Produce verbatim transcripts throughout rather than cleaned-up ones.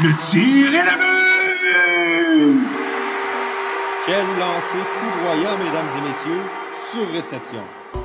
Le tir est le but! Quel lancer foudroyant, mesdames et messieurs, sur réception.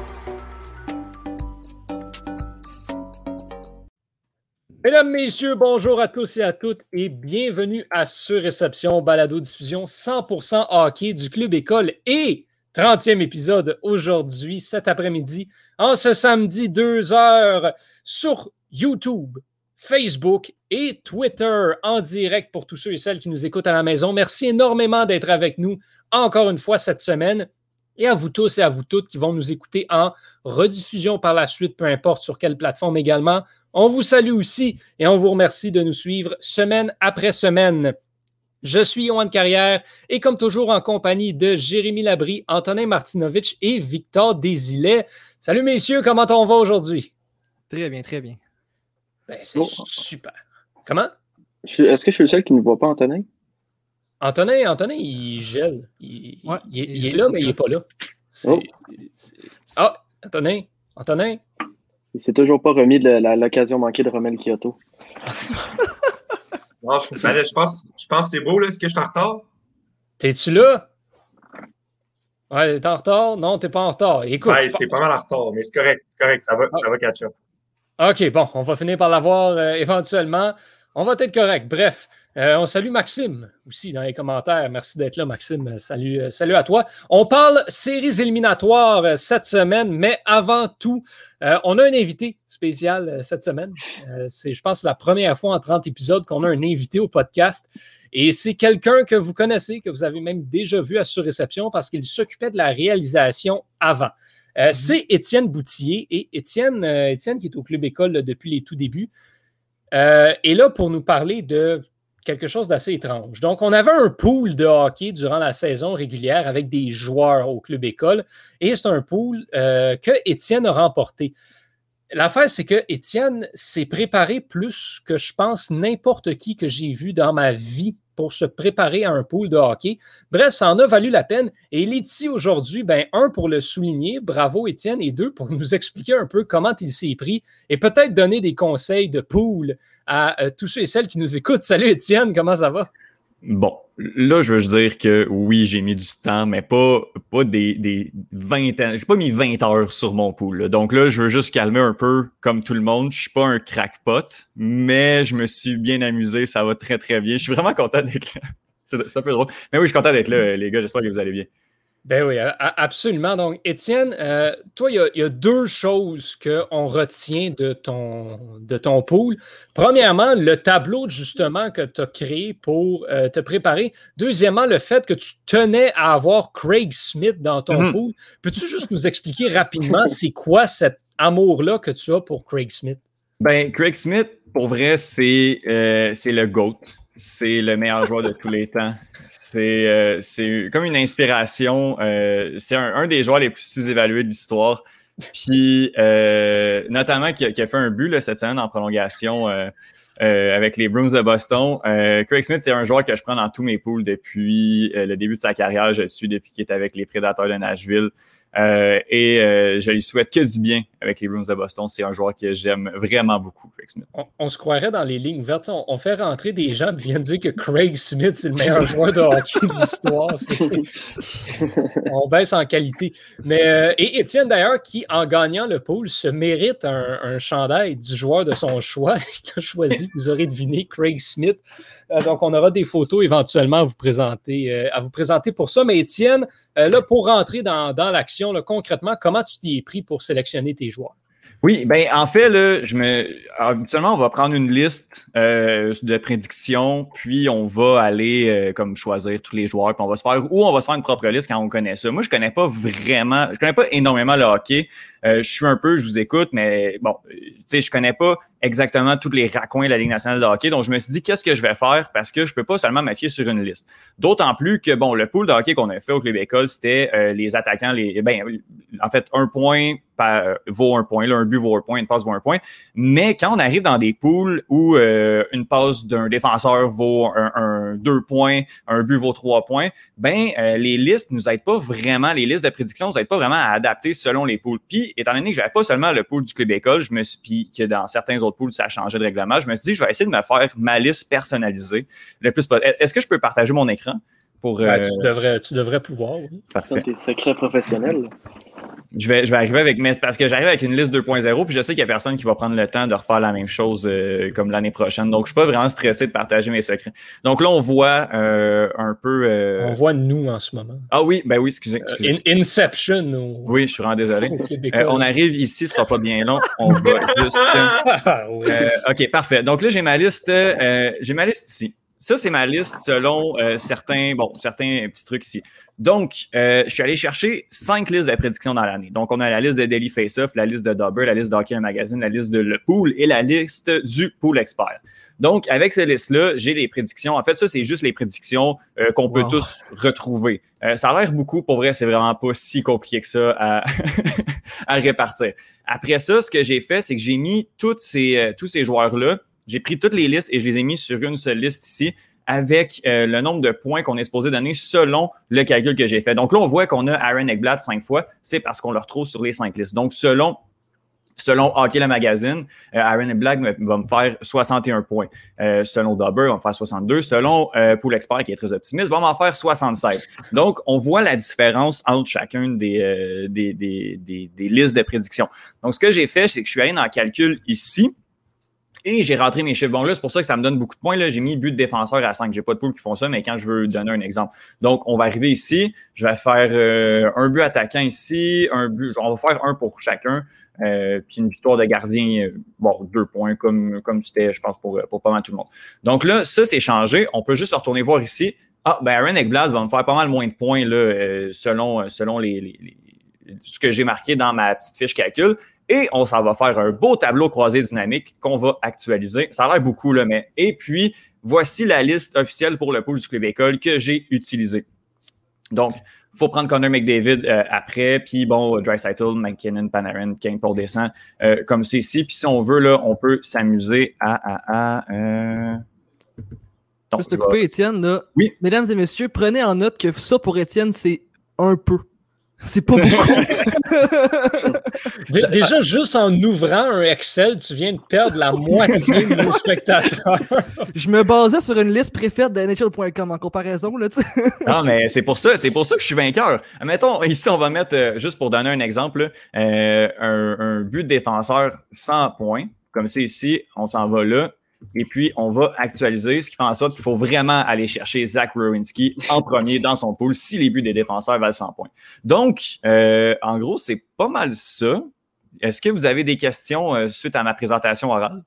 Mesdames, messieurs, bonjour à tous et à toutes et bienvenue à Sur Réception, balado-diffusion cent pour cent hockey du Club École et trentième épisode aujourd'hui, cet après-midi, en ce samedi deux heures sur YouTube, Facebook et Twitter en direct pour tous ceux et celles qui nous écoutent à la maison. Merci énormément d'être avec nous encore une fois cette semaine et à vous tous et à vous toutes qui vont nous écouter en rediffusion par la suite, peu importe sur quelle plateforme également. On vous salue aussi et on vous remercie de nous suivre semaine après semaine. Je suis Yoann Carrière et comme toujours en compagnie de Jérémy Labrie, Antonin Martinovitch et Victor Desilets. Salut messieurs, comment on va aujourd'hui? Très bien, très bien. Ben, c'est oh. super. Comment? Je, est-ce que je suis le seul qui ne voit pas Antonin? Antonin, Antonin, il gèle. Il, ouais, il, il, il est là, mais il n'est pas là. C'est, oh. c'est... Ah, Antonin, Antonin. Il s'est toujours pas remis de la, l'occasion manquée de Romel Kyoto. Non, je, ben là, je, pense, je pense que c'est beau, là. Est-ce que je suis en retard? T'es-tu là? Ouais, t'es en retard? Non, t'es pas en retard. Écoute. Ouais, c'est pas mal en retard, mais c'est correct. C'est correct, ça va, ah. ça va catch up. OK, bon, on va finir par l'avoir euh, éventuellement. On va être correct. Bref, euh, on salue Maxime aussi dans les commentaires. Merci d'être là, Maxime. Salut, euh, salut à toi. On parle séries éliminatoires euh, cette semaine, mais avant tout, euh, on a un invité spécial euh, cette semaine. Euh, c'est, je pense, la première fois en trente épisodes qu'on a un invité au podcast. Et c'est quelqu'un que vous connaissez, que vous avez même déjà vu à Sur Réception parce qu'il s'occupait de la réalisation avant. Euh, c'est Étienne Boutillier. Et Étienne, euh, Étienne qui est au Club École là, depuis les tout débuts, euh, est là pour nous parler de quelque chose d'assez étrange. Donc, on avait un pool de hockey durant la saison régulière avec des joueurs au Club École. Et c'est un pool euh, que Étienne a remporté. L'affaire, c'est que Étienne s'est préparé plus que je pense n'importe qui que j'ai vu dans ma vie pour se préparer à un pool de hockey. Bref, ça en a valu la peine. Et il est ici aujourd'hui, ben, un, pour le souligner, bravo Étienne, et deux, pour nous expliquer un peu comment il s'est pris et peut-être donner des conseils de pool à euh, tous ceux et celles qui nous écoutent. Salut Étienne, comment ça va? Bon, là, je veux dire que oui, j'ai mis du temps, mais pas, pas des, des vingt ans. J'ai pas mis vingt heures sur mon pool. Là. Donc là, je veux juste calmer un peu comme tout le monde. Je suis pas un crackpot, mais je me suis bien amusé. Ça va très, très bien. Je suis vraiment content d'être là. C'est, c'est un peu drôle. Mais oui, je suis content d'être là, les gars. J'espère que vous allez bien. Ben oui, absolument. Donc, Étienne, euh, toi, il y, a, il y a deux choses qu'on retient de ton, de ton pool. Premièrement, le tableau, justement, que tu as créé pour euh, te préparer. Deuxièmement, le fait que tu tenais à avoir Craig Smith dans ton mm-hmm. pool. Peux-tu juste nous expliquer rapidement c'est quoi cet amour-là que tu as pour Craig Smith? Ben, Craig Smith, pour vrai, c'est, euh, c'est le GOAT. C'est le meilleur joueur de tous les temps. C'est, euh, c'est comme une inspiration. Euh, c'est un, un des joueurs les plus sous-évalués de l'histoire. Puis, euh, notamment, qui a, qui a fait un but là, cette semaine en prolongation euh, euh, avec les Bruins de Boston. Euh, Craig Smith, c'est un joueur que je prends dans tous mes pools depuis euh, le début de sa carrière. Je le suis depuis qu'il est avec les Prédateurs de Nashville. Euh, et euh, je lui souhaite que du bien avec les Bruins de Boston. C'est un joueur que j'aime vraiment beaucoup, Craig Smith. On, on se croirait dans les lignes vertes. On, on fait rentrer des gens qui viennent dire que Craig Smith, c'est le meilleur joueur de hockey de l'histoire. C'est... On baisse en qualité. Mais, euh, et Étienne, d'ailleurs, qui, en gagnant le pool, se mérite un, un chandail du joueur de son choix. Il a choisi, vous aurez deviné, Craig Smith. Euh, donc, on aura des photos éventuellement à vous présenter, euh, à vous présenter pour ça. Mais Étienne, euh, là, pour rentrer dans, dans l'action, là, concrètement, comment tu t'y es pris pour sélectionner tes joueurs? Oui, ben en fait, là, je me habituellement, on va prendre une liste euh, de prédictions, puis on va aller euh, comme choisir tous les joueurs, puis on va se faire ou on va se faire une propre liste quand on connaît ça. Moi, je connais pas vraiment, je connais pas énormément le hockey. Euh, je suis un peu, je vous écoute, mais bon, tu sais, je connais pas exactement tous les raccoins de la Ligue nationale de hockey. Donc, je me suis dit, qu'est-ce que je vais faire? Parce que je peux pas seulement me fier sur une liste. D'autant plus que, bon, le pool de hockey qu'on a fait au Club École, c'était euh, les attaquants, les ben, en fait, un point par, vaut un point. Là, un but vaut un point, une passe vaut un point. Mais quand on arrive dans des pools où euh, une passe d'un défenseur vaut un, un un deux points, un but vaut trois points, ben euh, les listes nous aident pas vraiment, les listes de prédiction nous aident pas vraiment à adapter selon les poules. Puis, étant donné que j'avais pas seulement le pool du Club École, je me suis, puis que dans certains autres pools, ça a changé de règlement, je me suis dit, je vais essayer de me faire ma liste personnalisée le plus possible. Est-ce que je peux partager mon écran? Pour, ben, euh... tu, devrais, tu devrais pouvoir, oui. Parfait. Tes secrets professionnels. Je vais, je vais arriver avec, mais c'est parce que j'arrive avec une liste deux point zéro, puis je sais qu'il y a personne qui va prendre le temps de refaire la même chose euh, comme l'année prochaine. Donc, je suis pas vraiment stressé de partager mes secrets. Donc là, on voit euh, un peu... Euh... On voit nous en ce moment. Ah oui, ben oui, excusez. excusez. Euh, in- Inception. Au... Oui, je suis vraiment désolé. Euh, on arrive ici, ce sera pas bien long. On va juste... Ah, oui. euh, OK, parfait. Donc là, j'ai ma liste, euh, j'ai ma liste ici. Ça, c'est ma liste selon euh, certains, bon, certains petits trucs ici. Donc, euh, je suis allé chercher cinq listes de prédictions dans l'année. Donc, on a la liste de Daily Face-Off, la liste de Dobber, la liste d'Hockey Magazine, la liste de Le Pool et la liste du Pool Expert. Donc, avec ces listes-là, j'ai les prédictions. En fait, ça, c'est juste les prédictions euh, qu'on peut wow. tous retrouver. Euh, ça a l'air beaucoup. Pour vrai, c'est vraiment pas si compliqué que ça à, à répartir. Après ça, ce que j'ai fait, c'est que j'ai mis toutes ces, euh, tous ces joueurs-là. J'ai pris toutes les listes et je les ai mis sur une seule liste ici avec euh, le nombre de points qu'on est supposé donner selon le calcul que j'ai fait. Donc là, on voit qu'on a Aaron Ekblad cinq fois. C'est parce qu'on le retrouve sur les cinq listes. Donc, selon selon Hockey le Magazine, euh, Aaron Ekblad va me faire soixante et un points. Euh, selon Dobber, il va me faire soixante-deux. Selon euh, Pool Expert, qui est très optimiste, va m'en faire soixante-seize. Donc, on voit la différence entre chacune des, euh, des, des, des, des listes de prédiction. Donc, ce que j'ai fait, c'est que je suis allé dans le calcul ici. Et j'ai rentré mes chiffres. Bon, là, c'est pour ça que ça me donne beaucoup de points. Là, j'ai mis but de défenseur à cinq. J'ai pas de poules qui font ça, mais quand je veux donner un exemple. Donc, on va arriver ici. Je vais faire euh, un but attaquant ici, un but. On va faire un pour chacun. Euh, puis une victoire de gardien, euh, bon, deux points, comme, comme c'était, je pense, pour, pour pas mal tout le monde. Donc là, ça, c'est changé. On peut juste retourner voir ici. Ah, ben Aaron Ekblad va me faire pas mal moins de points là, euh, selon, selon les, les, les, ce que j'ai marqué dans ma petite fiche calcul. Et on s'en va faire un beau tableau croisé dynamique qu'on va actualiser. Ça a l'air beaucoup, là, mais... Et puis, voici la liste officielle pour le pool du Club École que j'ai utilisé. Donc, il faut prendre Connor McDavid euh, après, puis bon, Draisaitl, McKinnon, Panarin, Kane pour descendre, euh, comme c'est ici. Puis si on veut, là, on peut s'amuser à... à, à euh... Donc, Juste te couper, Étienne, là. Oui. Mesdames et messieurs, prenez en note que ça, pour Étienne, c'est un peu. C'est pas beaucoup. Déjà, ça... juste en ouvrant un Excel, tu viens de perdre la moitié de nos spectateurs. Je me basais sur une liste préfète de N H L point com en comparaison. Là, non, mais c'est pour ça, c'est pour ça que je suis vainqueur. Mettons, ici, on va mettre, euh, juste pour donner un exemple, euh, un, un but de défenseur cent points. Comme c'est ici, on s'en va là. Et puis, on va actualiser, ce qui fait en sorte qu'il faut vraiment aller chercher Zach Werenski en premier dans son pool si les buts des défenseurs valent cent points. Donc, euh, en gros, c'est pas mal ça. Est-ce que vous avez des questions euh, suite à ma présentation orale?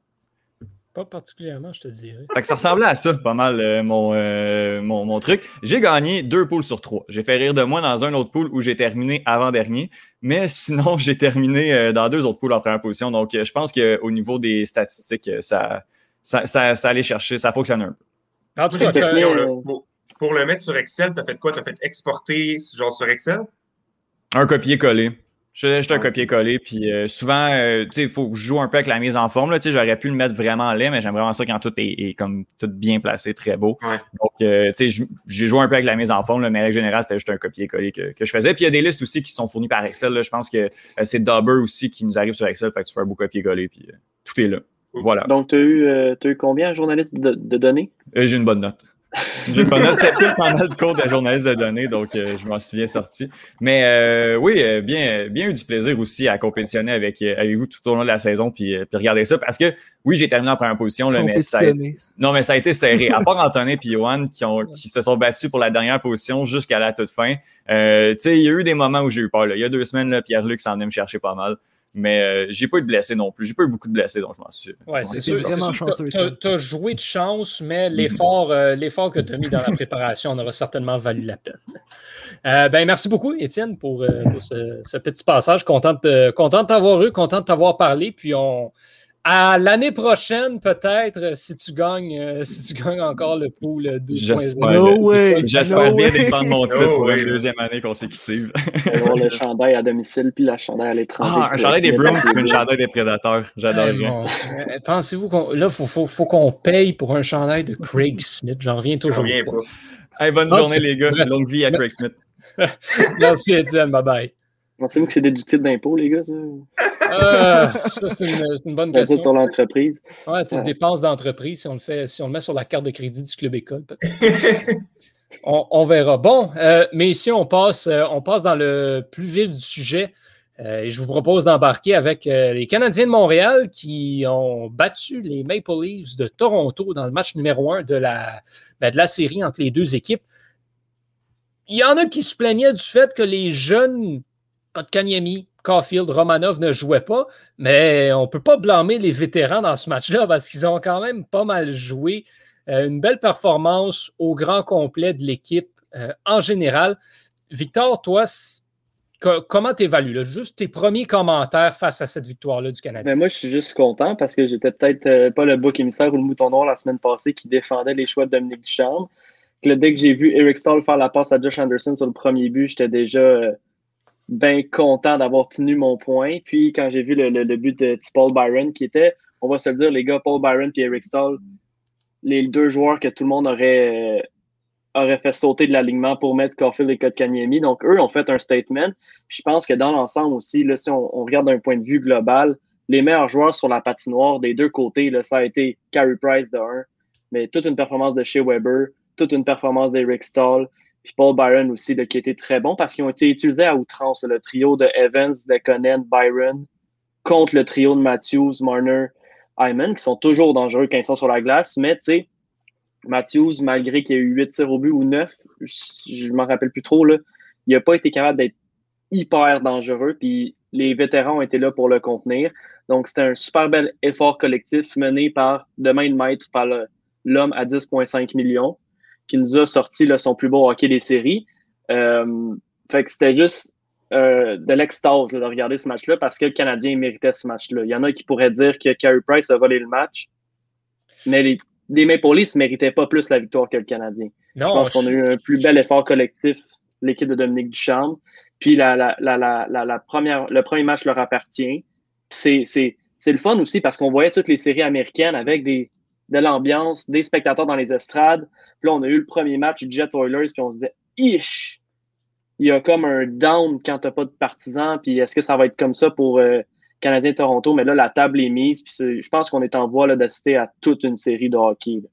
Pas particulièrement, je te dirais. Fait que ça ressemblait à ça, pas mal, euh, mon, euh, mon, mon truc. J'ai gagné deux poules sur trois. J'ai fait rire de moi dans un autre pool où j'ai terminé avant-dernier. Mais sinon, j'ai terminé euh, dans deux autres poules en première position. Donc, euh, je pense qu'au niveau des statistiques, ça... Ça, ça, ça allait chercher, ça fonctionne un peu. En tout cas, question, là, pour, pour le mettre sur Excel, tu as fait quoi? Tu as fait exporter genre sur Excel? Un copier-coller. Je juste un copier-coller. Puis euh, souvent, euh, tu sais, il faut que je joue un peu avec la mise en forme. Là, j'aurais pu le mettre vraiment en laid, mais j'aime vraiment ça quand tout est, est comme tout bien placé, très beau. Ouais. Donc, euh, tu sais, j'ai joué un peu avec la mise en forme, là, mais en général, c'était juste un copier-coller que, que je faisais. Puis il y a des listes aussi qui sont fournies par Excel. Là. Je pense que euh, c'est Dobber aussi qui nous arrive sur Excel. Fait que tu fais un beau copier-coller, puis euh, tout est là. Voilà. Donc, tu as eu, euh, eu combien journalistes de, de données? Euh, j'ai une bonne note. J'ai une bonne note. C'était plus pendant le cours de journaliste de données, donc euh, je m'en suis bien sorti. Mais euh, oui, euh, bien, bien eu du plaisir aussi à compétitionner avec, euh, avec vous tout au long de la saison, puis, euh, puis regarder ça. Parce que oui, j'ai terminé en première position, là, mais ça a, non, mais ça a été serré. À part Antonin et Johan qui, ont, qui se sont battus pour la dernière position jusqu'à la toute fin. Euh, tu sais, il y a eu des moments où j'ai eu peur. Là. Il y a deux semaines, là, Pierre-Luc s'en venait me chercher pas mal. Mais euh, j'ai pas eu de blessés non plus. J'ai pas eu beaucoup de blessés, donc je m'en suis. Ouais, c'est sûr, vraiment chanceux. Tu as joué de chance, mais l'effort, euh, l'effort que tu as mis dans la préparation en aura certainement valu la peine. Euh, ben, merci beaucoup, Étienne, pour, euh, pour ce, ce petit passage. Content de, content de t'avoir eu, content de t'avoir parlé. Puis on, À l'année prochaine, peut-être, si tu gagnes, euh, si tu gagnes encore le pool deux point zéro. No way. J'espère No bien way. défendre mon titre No pour way. une deuxième année consécutive. avoir le chandail à domicile puis la chandail à l'étranger. Ah, un chandail des Browns et une chandail des Prédateurs. Hey, J'adorerais. mon Dieu. Euh, Pensez-vous qu'on. Là, il faut, faut, faut qu'on paye pour un chandail de Craig Smith. J'en reviens Je toujours reviens pas. pas. Hey, bonne Non, journée, tu- les gars. Bref. Longue vie à Craig Smith. Merci, Étienne. Bye bye. Pensez-vous que c'est déductible d'impôt, les gars? Ça? Euh, ça, c'est une, c'est une bonne L'impôt sur question. l'entreprise. Ouais, c'est une Ouais. dépense d'entreprise. Si on le fait, si on le met sur la carte de crédit du Club École, peut-être. On, on verra. Bon, euh, mais ici, on passe, euh, on passe dans le plus vif du sujet. Euh, et je vous propose d'embarquer avec euh, les Canadiens de Montréal qui ont battu les Maple Leafs de Toronto dans le match numéro un de la, ben, de la série entre les deux équipes. Il y en a qui se plaignaient du fait que les jeunes Kotkaniemi, Caulfield, Romanov ne jouaient pas, mais on ne peut pas blâmer les vétérans dans ce match-là parce qu'ils ont quand même pas mal joué. Euh, une belle performance au grand complet de l'équipe euh, en général. Victor, toi, c- co- comment tu évalues? Juste tes premiers commentaires face à cette victoire-là du Canadien. Ben moi, je suis juste content parce que j'étais peut-être euh, pas le bouc émissaire ou le mouton noir la semaine passée qui défendait les choix de Dominique Ducharme. Que là, dès que j'ai vu Eric Stahl faire la passe à Josh Anderson sur le premier but, j'étais déjà euh, bien content d'avoir tenu mon point. Puis quand j'ai vu le, le, le but de petit Paul Byron, qui était, on va se le dire, les gars, Paul Byron et Eric Stahl, les deux joueurs que tout le monde aurait, euh, aurait fait sauter de l'alignement pour mettre Caulfield et Kotkaniemi. Donc, eux ont fait un statement. Puis je pense que dans l'ensemble aussi, là, si on, on regarde d'un point de vue global, les meilleurs joueurs sur la patinoire des deux côtés, là, ça a été Carey Price de un, mais toute une performance de Shea Weber, toute une performance d'Eric Stahl, puis Paul Byron aussi, là, qui a été très bon parce qu'ils ont été utilisés à outrance, là, le trio de Evans, Lekonen, Byron, contre le trio de Matthews, Marner, Hyman, qui sont toujours dangereux quand ils sont sur la glace. Mais, tu sais, Matthews, malgré qu'il y ait eu huit tirs au but ou neuf, je ne m'en rappelle plus trop, là, il n'a pas été capable d'être hyper dangereux. Puis les vétérans ont été là pour le contenir. Donc, c'était un super bel effort collectif mené par, de main de maître par le, l'homme à dix virgule cinq millions, qui nous a sorti là, son plus beau hockey des séries. Euh, fait que c'était juste euh, de l'extase là, de regarder ce match-là parce que le Canadien méritait ce match-là. Il y en a qui pourraient dire que Carey Price a volé le match, mais les, les Maple Leafs ne méritaient pas plus la victoire que le Canadien. Non, je pense qu'on a eu un plus bel effort collectif, l'équipe de Dominique Ducharme. Puis la, la, la, la, la, la première, le premier match leur appartient. Puis c'est, c'est, c'est le fun aussi parce qu'on voyait toutes les séries américaines avec des, de l'ambiance, des spectateurs dans les estrades. Puis là, on a eu le premier match Jet Oilers, puis on se disait « Ish! » Il y a comme un down quand tu n'as pas de partisans, puis est-ce que ça va être comme ça pour euh, Canadien Toronto? Mais là, la table est mise, puis c'est, je pense qu'on est en voie là, d'assister à toute une série de hockey.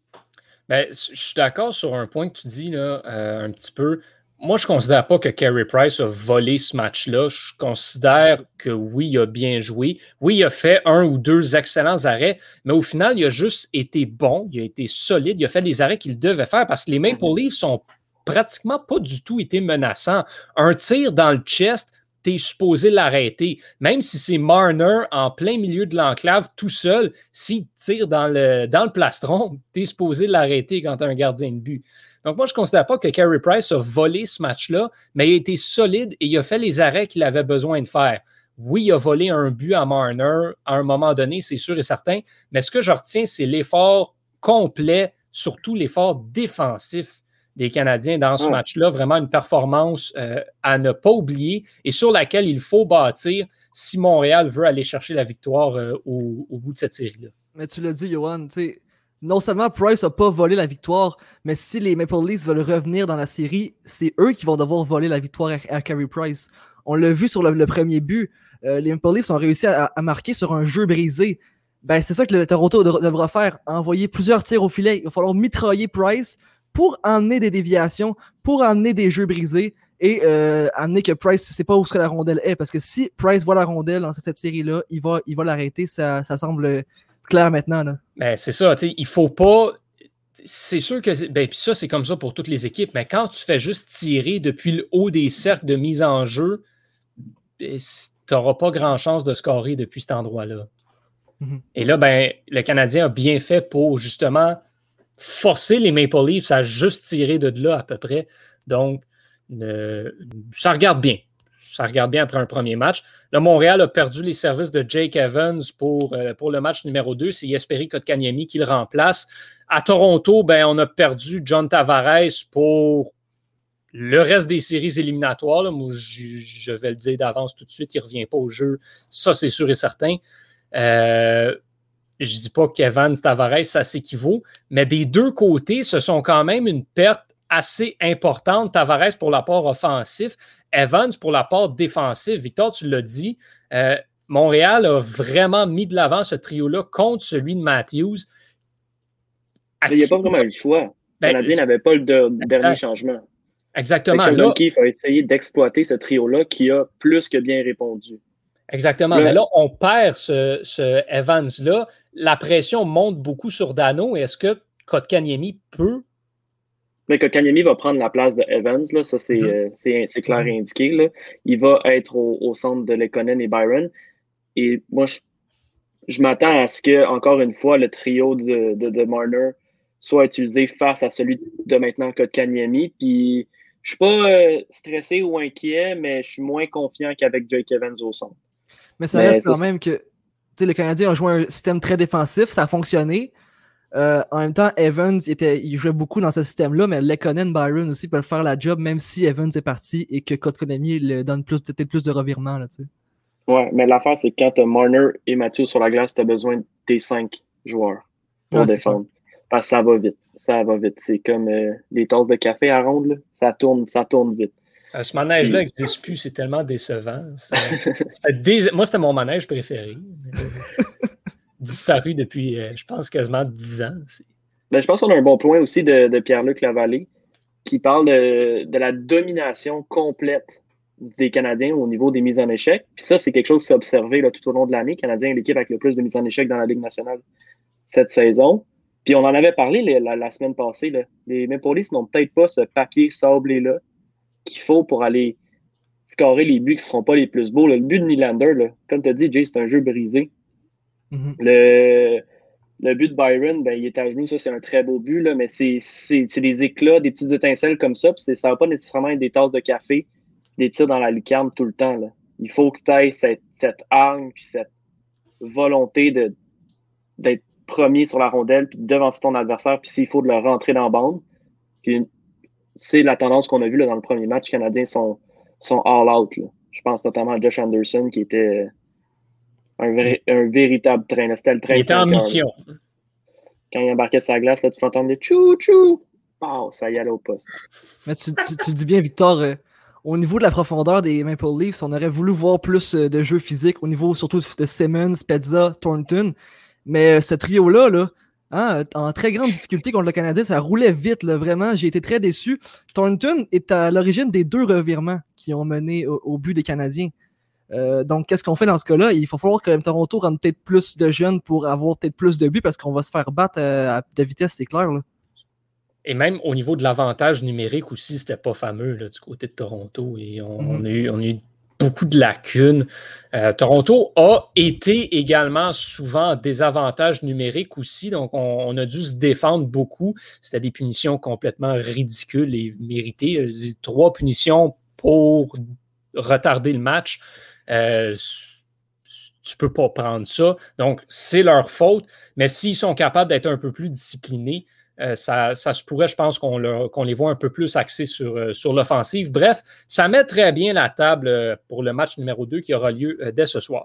Ben, je suis d'accord sur un point que tu dis là, euh, un petit peu. Moi, je ne considère pas que Carey Price a volé ce match-là. Je considère que oui, il a bien joué. Oui, il a fait un ou deux excellents arrêts, mais au final, il a juste été bon, il a été solide, il a fait les arrêts qu'il devait faire parce que les Maple Leafs sont pratiquement pas du tout été menaçants. Un tir dans le chest, tu es supposé l'arrêter. Même si c'est Marner en plein milieu de l'enclave, tout seul, s'il tire dans le, dans le plastron, tu es supposé l'arrêter quand tu as un gardien de but. Donc, moi, je ne considère pas que Carey Price a volé ce match-là, mais il a été solide et il a fait les arrêts qu'il avait besoin de faire. Oui, il a volé un but à Marner à un moment donné, c'est sûr et certain, mais ce que je retiens, c'est l'effort complet, surtout l'effort défensif des Canadiens dans ce ouais. match-là. Vraiment une performance euh, à ne pas oublier et sur laquelle il faut bâtir si Montréal veut aller chercher la victoire euh, au, au bout de cette série-là. Mais tu l'as dit, Johan, tu sais, non seulement Price n'a pas volé la victoire, mais si les Maple Leafs veulent revenir dans la série, c'est eux qui vont devoir voler la victoire à, à Carey Price. On l'a vu sur le, le premier but. Euh, les Maple Leafs ont réussi à, à marquer sur un jeu brisé. Ben, c'est ça que le Toronto de, devra faire, envoyer plusieurs tirs au filet. Il va falloir mitrailler Price pour emmener des déviations, pour emmener des jeux brisés et euh, amener que Price ne sait pas où ce que la rondelle est. Parce que si Price voit la rondelle dans cette série-là, il va, il va l'arrêter. Ça, ça semble clair maintenant. Là. Ben, c'est ça, tu sais, il faut pas. C'est sûr que. Ben, puis ça, c'est comme ça pour toutes les équipes, mais quand tu fais juste tirer depuis le haut des cercles de mise en jeu, tu n'auras pas grand chance de scorer depuis cet endroit-là. Mm-hmm. Et là, ben, le Canadien a bien fait pour justement forcer les Maple Leafs à juste tirer de là à peu près. Donc, euh, ça regarde bien. ça regarde bien après un premier match. Là, Montréal a perdu les services de Jake Evans pour, euh, pour le match numéro deux. C'est Jesperi Kotkaniemi qui le remplace. À Toronto, ben, on a perdu John Tavares pour le reste des séries éliminatoires. Là. Moi, je, je vais le dire d'avance tout de suite, il ne revient pas au jeu. Ça, c'est sûr et certain. Euh, je ne dis pas qu'Evans, Tavares, ça s'équivaut, mais des deux côtés, ce sont quand même une perte assez importante. Tavares pour l'apport offensif, Evans pour l'apport défensif. Victor, tu l'as dit, euh, Montréal a vraiment mis de l'avant ce trio-là contre celui de Matthews. Il n'y a pas vraiment eu le choix. Le ben, Canadien n'avait pas le de, dernier changement. Exactement. Sheldon Là, Keefe a essayé d'exploiter ce trio-là qui a plus que bien répondu. Exactement. Là, mais là, on perd ce, ce Evans-là. La pression monte beaucoup sur Dano. Est-ce que Kotkaniemi peut? Mais Kotkaniemi va prendre la place de Evans, là, ça c'est, mm-hmm. euh, c'est, c'est clair et indiqué. Là. Il va être au, au centre de Lekonen et Byron. Et moi, je, je m'attends à ce que, encore une fois, le trio de, de, de Marner soit utilisé face à celui de maintenant Kotkaniemi. Puis je suis pas euh, stressé ou inquiet, mais je suis moins confiant qu'avec Jake Evans au centre. Mais ça mais reste quand même que le Canadien a joué un système très défensif, ça a fonctionné. Euh, en même temps, Evans, il, était, il jouait beaucoup dans ce système-là, mais Lekonen, Byron aussi peuvent faire la job, même si Evans est parti et que Kotkaniemi le donne plus, peut-être plus de revirements. Là, ouais, mais l'affaire, c'est que quand tu as Marner et Matthews sur la glace, tu as besoin de tes cinq joueurs pour ouais, défendre. Parce que ça va vite. Ça va vite. C'est comme euh, les tasses de café à ronde, là. Ça tourne, ça tourne vite. Euh, ce manège-là n'existe plus, c'est tellement décevant. Ça fait, ça fait des... Moi, c'était mon manège préféré. Disparu depuis, euh, je pense, quasiment dix ans. Ben, je pense qu'on a un bon point aussi de, de Pierre-Luc Lavallée qui parle de, de la domination complète des Canadiens au niveau des mises en échec. Puis ça, c'est quelque chose qui s'est observé là, tout au long de l'année. Le Canadien est l'équipe avec le plus de mises en échec dans la Ligue nationale cette saison. Puis on en avait parlé la, la, la semaine passée. Là. Les Maple Leafs n'ont peut-être pas ce papier sablé-là qu'il faut pour aller scorer les buts qui ne seront pas les plus beaux. Là, le but de Nylander, là, comme tu as dit, Jay, c'est un jeu brisé. Mm-hmm. Le, le but de Byron, ben, il est à genoux, ça c'est un très beau but, là, mais c'est, c'est, c'est des éclats, des petites étincelles comme ça, puis ça ne va pas nécessairement être des tasses de café, des tirs dans la lucarne tout le temps. Là. Il faut que tu aies cette, cette arme, puis cette volonté de, d'être premier sur la rondelle, puis de devancer ton adversaire, puis s'il faut de le rentrer dans la bande. Puis c'est la tendance qu'on a vue là, dans le premier match. Les Canadiens sont, sont all out. Là. Je pense notamment à Josh Anderson qui était un, vrai, un véritable train. C'était le train. Il était en mission. Là. Quand il embarquait sa glace, là, tu peux entendre le tchou-tchou. Oh, ça y allait au poste. Mais tu, tu, tu le dis bien, Victor. Euh, au niveau de la profondeur des Maple Leafs, on aurait voulu voir plus euh, de jeux physiques, au niveau surtout de Simmons, Pezza, Thornton. Mais euh, ce trio-là, là, hein, en très grande difficulté contre le Canadien, ça roulait vite, là, vraiment. J'ai été très déçu. Thornton est à l'origine des deux revirements qui ont mené au, au but des Canadiens. Euh, donc, qu'est-ce qu'on fait dans ce cas-là? Il va falloir que Toronto rende peut-être plus de jeunes pour avoir peut-être plus de buts parce qu'on va se faire battre à, à de vitesse, c'est clair. Là. Et même au niveau de l'avantage numérique aussi, c'était pas fameux là, du côté de Toronto. Et on, mm-hmm. on, a, eu, on a eu beaucoup de lacunes. Euh, Toronto a été également souvent en désavantage numérique aussi, donc on, on a dû se défendre beaucoup. C'était des punitions complètement ridicules et méritées. Trois punitions pour retarder le match. Euh, tu peux pas prendre ça. Donc, c'est leur faute. Mais s'ils sont capables d'être un peu plus disciplinés, Euh, ça, ça se pourrait, je pense, qu'on, leur, qu'on les voit un peu plus axés sur, euh, sur l'offensive. Bref, ça met très bien la table euh, pour le match numéro deux qui aura lieu euh, dès ce soir.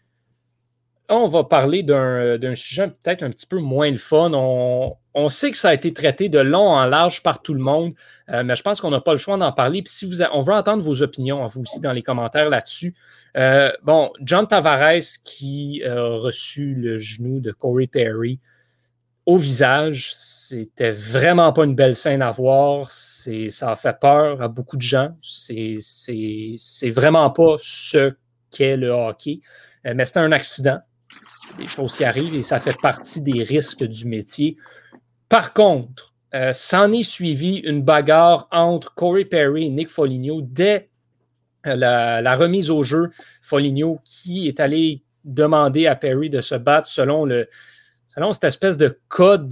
On va parler d'un, d'un sujet peut-être un petit peu moins le fun. On, on sait que ça a été traité de long en large par tout le monde, euh, mais je pense qu'on n'a pas le choix d'en parler. Puis si vous a, on veut entendre vos opinions, vous aussi, dans les commentaires là-dessus. Euh, bon, John Tavares qui a reçu le genou de Corey Perry au visage, c'était vraiment pas une belle scène à voir. C'est, ça a fait peur à beaucoup de gens. C'est, c'est, c'est vraiment pas ce qu'est le hockey. Euh, mais c'était un accident. C'est des choses qui arrivent et ça fait partie des risques du métier. Par contre, euh, s'en est suivi une bagarre entre Corey Perry et Nick Foligno dès la, la remise au jeu. Foligno qui est allé demander à Perry de se battre selon le selon cette espèce de code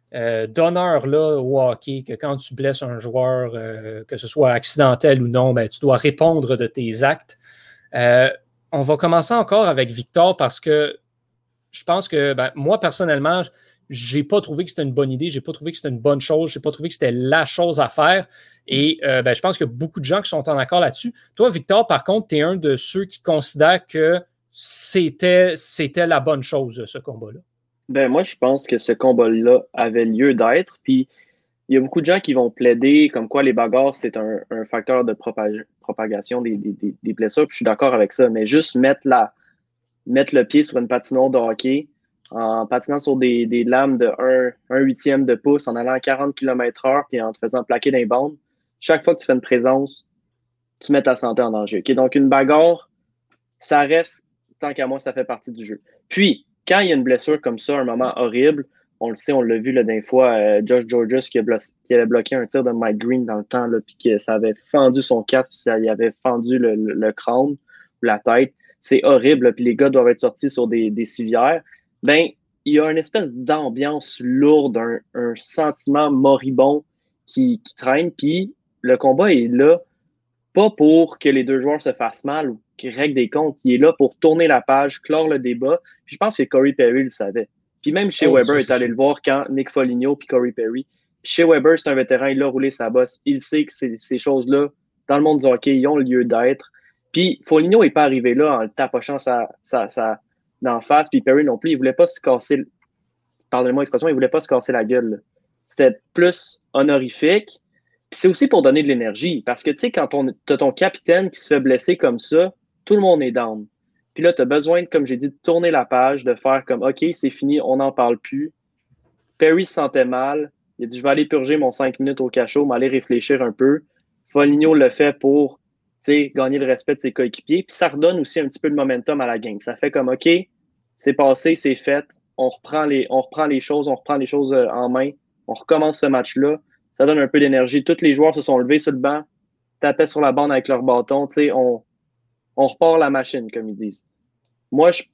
euh, d'honneur là, au hockey, que quand tu blesses un joueur, euh, que ce soit accidentel ou non, ben, tu dois répondre de tes actes. Euh, on va commencer encore avec Victor parce que je pense que ben, moi, personnellement, je n'ai pas trouvé que c'était une bonne idée, je n'ai pas trouvé que c'était une bonne chose, je n'ai pas trouvé que c'était la chose à faire. Et euh, ben, je pense qu'il y a beaucoup de gens qui sont en accord là-dessus. Toi, Victor, par contre, tu es un de ceux qui considèrent que c'était, c'était la bonne chose, ce combat-là. Ben, moi, je pense que ce combat-là avait lieu d'être. Puis, il y a beaucoup de gens qui vont plaider comme quoi les bagarres, c'est un, un facteur de propag- propagation des, des, des blessures. Puis, je suis d'accord avec ça. Mais juste mettre, la, mettre le pied sur une patinoire de hockey en patinant sur des, des lames de un huitième de pouce, en allant à quarante kilomètres heure puis en te faisant plaquer dans les bandes, chaque fois que tu fais une présence, tu mets ta santé en danger. Okay? Donc, une bagarre, ça reste, tant qu'à moi, ça fait partie du jeu. Puis, quand il y a une blessure comme ça, un moment horrible, on le sait, on l'a vu la dernière fois, euh, Josh Georges qui, a blo- qui avait bloqué un tir de Mike Green dans le temps, là, puis que ça avait fendu son casque, puis ça y avait fendu le, le, le crâne ou la tête. C'est horrible, puis les gars doivent être sortis sur des, des civières. Ben, il y a une espèce d'ambiance lourde, un, un sentiment moribond qui, qui traîne, puis le combat est là, pas pour que les deux joueurs se fassent mal ou qu'ils règlent des comptes. Il est là pour tourner la page, clore le débat. Puis je pense que Corey Perry le savait. Puis même Shea Oh, Weber ça, est allé sûr. le voir quand Nick Foligno puis Corey Perry. Puis Shea Weber, c'est un vétéran, il a roulé sa bosse. Il sait que ces, ces choses-là, dans le monde du hockey, ils ont lieu d'être. Puis Foligno n'est pas arrivé là en le tapochant sa, sa, sa, d'en face. Puis Perry non plus, il voulait pas se casser, pardonnez-moi l'expression, il voulait pas se casser la gueule. Là. C'était plus honorifique. Puis c'est aussi pour donner de l'énergie. Parce que, tu sais, quand tu as ton capitaine qui se fait blesser comme ça, tout le monde est down. Puis là, tu as besoin, comme j'ai dit, de tourner la page, de faire comme, OK, c'est fini, on n'en parle plus. Perry se sentait mal. Il a dit, je vais aller purger mon cinq minutes au cachot, m'aller réfléchir un peu. Foligno le fait pour, tu sais, gagner le respect de ses coéquipiers. Puis ça redonne aussi un petit peu de momentum à la game. Ça fait comme, OK, c'est passé, c'est fait. On reprend les, on reprend les choses, on reprend les choses en main. On recommence ce match-là. Ça donne un peu d'énergie. Tous les joueurs se sont levés sur le banc, tapaient sur la bande avec leur bâton. Tu sais, on, on repart la machine, comme ils disent. Moi, je,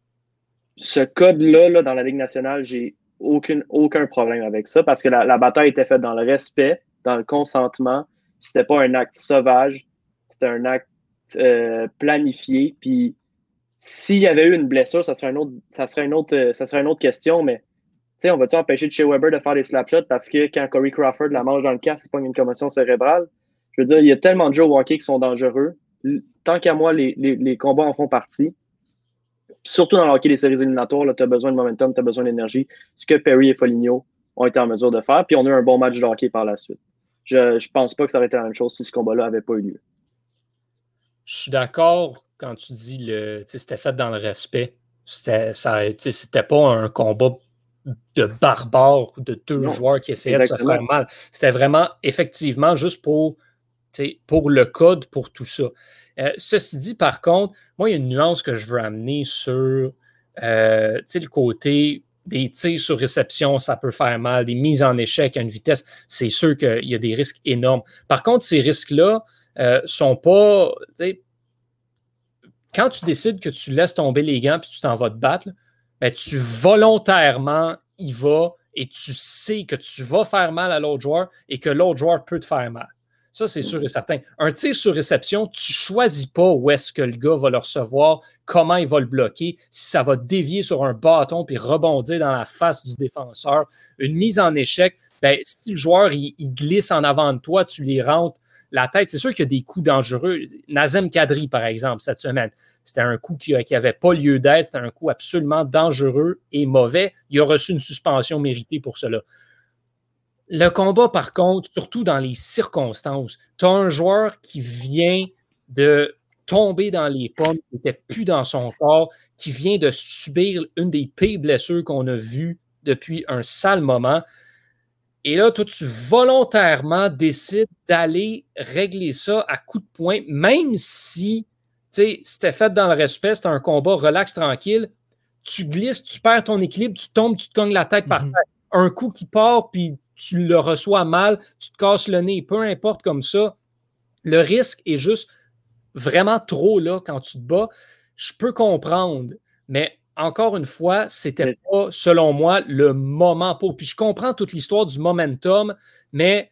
ce code-là, là, dans la Ligue nationale, j'ai aucune, aucun problème avec ça parce que la, la bataille était faite dans le respect, dans le consentement. C'était pas un acte sauvage, c'était un acte euh, planifié. Puis s'il y avait eu une blessure, ça serait une autre, ça serait une autre, ça serait une autre question, mais tu sais, on va-tu empêcher de Shea Weber de faire des slapshots parce que quand Corey Crawford la mange dans le casque, c'est pas une commotion cérébrale? Je veux dire, il y a tellement de jeux au hockey qui sont dangereux. Tant qu'à moi, les, les, les combats en font partie. Surtout dans le hockey des séries éliminatoires, tu as besoin de momentum, tu as besoin d'énergie. Ce que Perry et Foligno ont été en mesure de faire. Puis on a eu un bon match de hockey par la suite. Je ne pense pas que ça aurait été la même chose si ce combat-là n'avait pas eu lieu. Je suis d'accord quand tu dis le c'était fait dans le respect. C'était, ça, c'était pas un combat de barbares, de deux non, joueurs qui essayaient exactement. de se faire mal. C'était vraiment, effectivement, juste pour, pour le code, pour tout ça. Euh, ceci dit, par contre, moi, il y a une nuance que je veux amener sur euh, le côté des tirs sur réception, ça peut faire mal, des mises en échec à une vitesse, c'est sûr qu'il y a des risques énormes. Par contre, ces risques-là euh, sont pas... Quand tu décides que tu laisses tomber les gants et tu t'en vas te battre, là, ben, tu volontairement y vas et tu sais que tu vas faire mal à l'autre joueur et que l'autre joueur peut te faire mal. Ça, c'est sûr et certain. Un tir sur réception, tu ne choisis pas où est-ce que le gars va le recevoir, comment il va le bloquer, si ça va dévier sur un bâton puis rebondir dans la face du défenseur. Une mise en échec, ben, si le joueur il, il glisse en avant de toi, tu les rentres la tête. C'est sûr qu'il y a des coups dangereux. Nazem Kadri, par exemple, cette semaine, c'était un coup qui n'avait pas lieu d'être. C'était un coup absolument dangereux et mauvais. Il a reçu une suspension méritée pour cela. Le combat, par contre, surtout dans les circonstances, tu as un joueur qui vient de tomber dans les pommes, qui n'était plus dans son corps, qui vient de subir une des pires blessures qu'on a vues depuis un sale moment. Et là, toi, tu volontairement décides d'aller régler ça à coups de poing, même si c'était fait dans le respect, c'était un combat relax, tranquille. Tu glisses, tu perds ton équilibre, tu tombes, tu te cognes la tête par terre. Mm-hmm. Un coup qui part, puis tu le reçois mal, tu te casses le nez, peu importe comme ça. Le risque est juste vraiment trop là quand tu te bats. Je peux comprendre, mais encore une fois, c'était Mais- pas, selon moi, le moment pour. Puis je comprends toute l'histoire du momentum, mais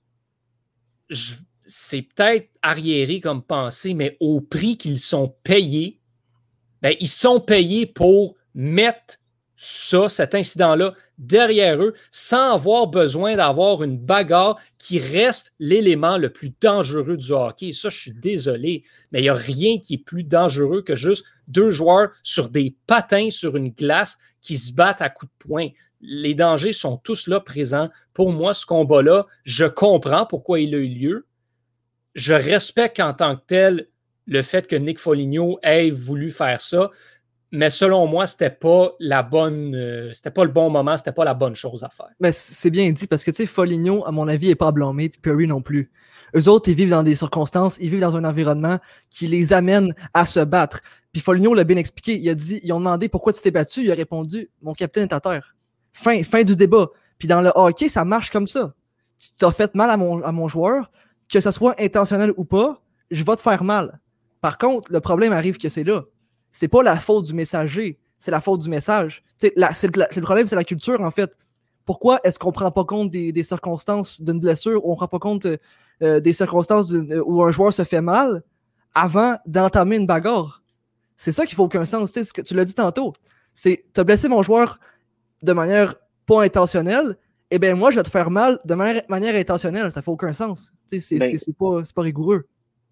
je- c'est peut-être arriéré comme pensée, mais au prix qu'ils sont payés, ben, ils sont payés pour mettre ça, cet incident-là, derrière eux, sans avoir besoin d'avoir une bagarre qui reste l'élément le plus dangereux du hockey. Ça, je suis désolé, mais il n'y a rien qui est plus dangereux que juste deux joueurs sur des patins sur une glace qui se battent à coups de poing. Les dangers sont tous là présents. Pour moi, ce combat-là, je comprends pourquoi il a eu lieu. Je respecte en tant que tel le fait que Nick Foligno ait voulu faire ça, mais selon moi, c'était pas la bonne, euh, c'était pas le bon moment, c'était pas la bonne chose à faire. Mais c'est bien dit parce que, tu sais, Foligno, à mon avis, n'est pas à blâmer, puis Perry non plus. Eux autres, ils vivent dans des circonstances, ils vivent dans un environnement qui les amène à se battre. Puis Foligno l'a bien expliqué. Il a dit, ils ont demandé pourquoi tu t'es battu. Il a répondu, mon capitaine est à terre. Fin, fin du débat. Puis dans le hockey, ça marche comme ça. Tu t'as fait mal à mon, à mon joueur, que ce soit intentionnel ou pas, je vais te faire mal. Par contre, le problème arrive que c'est là. C'est pas la faute du messager, c'est la faute du message. La, c'est, le, c'est le problème, c'est la culture, en fait. Pourquoi est-ce qu'on prend pas compte des, des circonstances d'une blessure, ou on prend pas compte euh, des circonstances où un joueur se fait mal avant d'entamer une bagarre? C'est ça qui fait aucun sens. Ce que tu l'as dit tantôt. C'est, t'as blessé mon joueur de manière pas intentionnelle, et eh bien moi, je vais te faire mal de manière, manière intentionnelle. Ça fait aucun sens. C'est, Ben, c'est, c'est, pas, c'est pas rigoureux.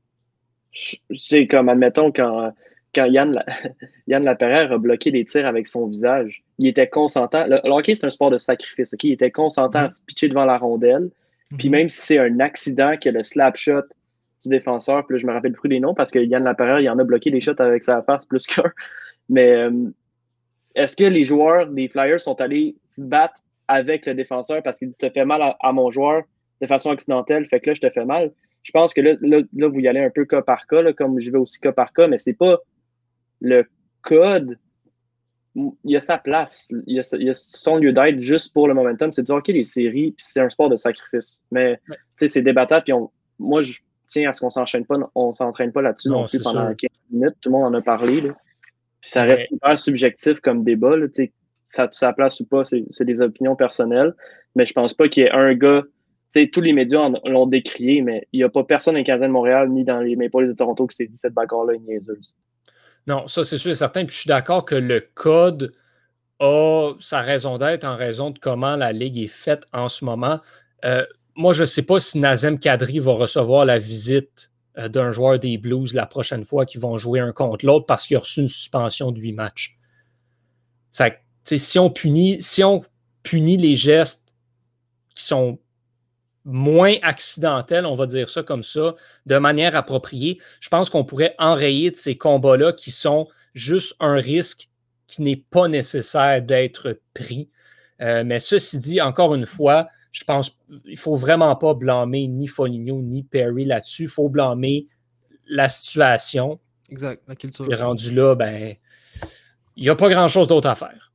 C'est comme, admettons, quand, quand Yann, La... Yann Laperrière a bloqué des tirs avec son visage, il était consentant. Le, le hockey, c'est un sport de sacrifice. Okay? Il était consentant mm-hmm. à se pitcher devant la rondelle. Mm-hmm. Puis même si c'est un accident que le slap shot du défenseur, puis là, je me rappelle plus des noms parce que Yann Laperrière, il en a bloqué des shots avec sa face plus qu'un. Mais euh, est-ce que les joueurs des Flyers sont allés se battre avec le défenseur parce qu'il dit « tu te fais mal à, à mon joueur de façon accidentelle, fait que là, je te fais mal ». Je pense que là, là, là, vous y allez un peu cas par cas, là, comme je vais aussi cas par cas, mais c'est pas le code. Il y a sa place. Il y a, il y a son lieu d'être juste pour le momentum. C'est de dire, OK, les séries, puis c'est un sport de sacrifice. Mais, ouais. tu sais, c'est débattable. Puis on, moi, je tiens à ce qu'on s'enchaîne pas, on s'entraîne pas là-dessus non, non plus pendant sûr. quinze minutes. Tout le monde en a parlé, là. Puis ça reste ouais. hyper subjectif comme débat, là. Tu sais, ça a sa place ou pas, c'est, c'est des opinions personnelles. Mais je pense pas qu'il y ait un gars. Tu sais, tous les médias en, l'ont décrié, mais il n'y a pas personne dans les Canadiens de Montréal ni dans les Maple Leafs de Toronto qui s'est dit cette bagarre-là est niaiseuse. Non, ça c'est sûr et certain. Puis je suis d'accord que le code a sa raison d'être en raison de comment la Ligue est faite en ce moment. Euh, moi, je ne sais pas si Nazem Kadri va recevoir la visite euh, d'un joueur des Blues la prochaine fois qu'ils vont jouer un contre l'autre parce qu'il a reçu une suspension de huit matchs. Ça, si on punit, si on punit les gestes qui sont moins accidentelle, on va dire ça comme ça, de manière appropriée, je pense qu'on pourrait enrayer de ces combats-là qui sont juste un risque qui n'est pas nécessaire d'être pris. Euh, mais ceci dit, encore une fois, je pense qu'il ne faut vraiment pas blâmer ni Foligno ni Perry là-dessus. Il faut blâmer la situation. Exact, la culture. Puis rendu là, ben, il n'y a pas grand-chose d'autre à faire.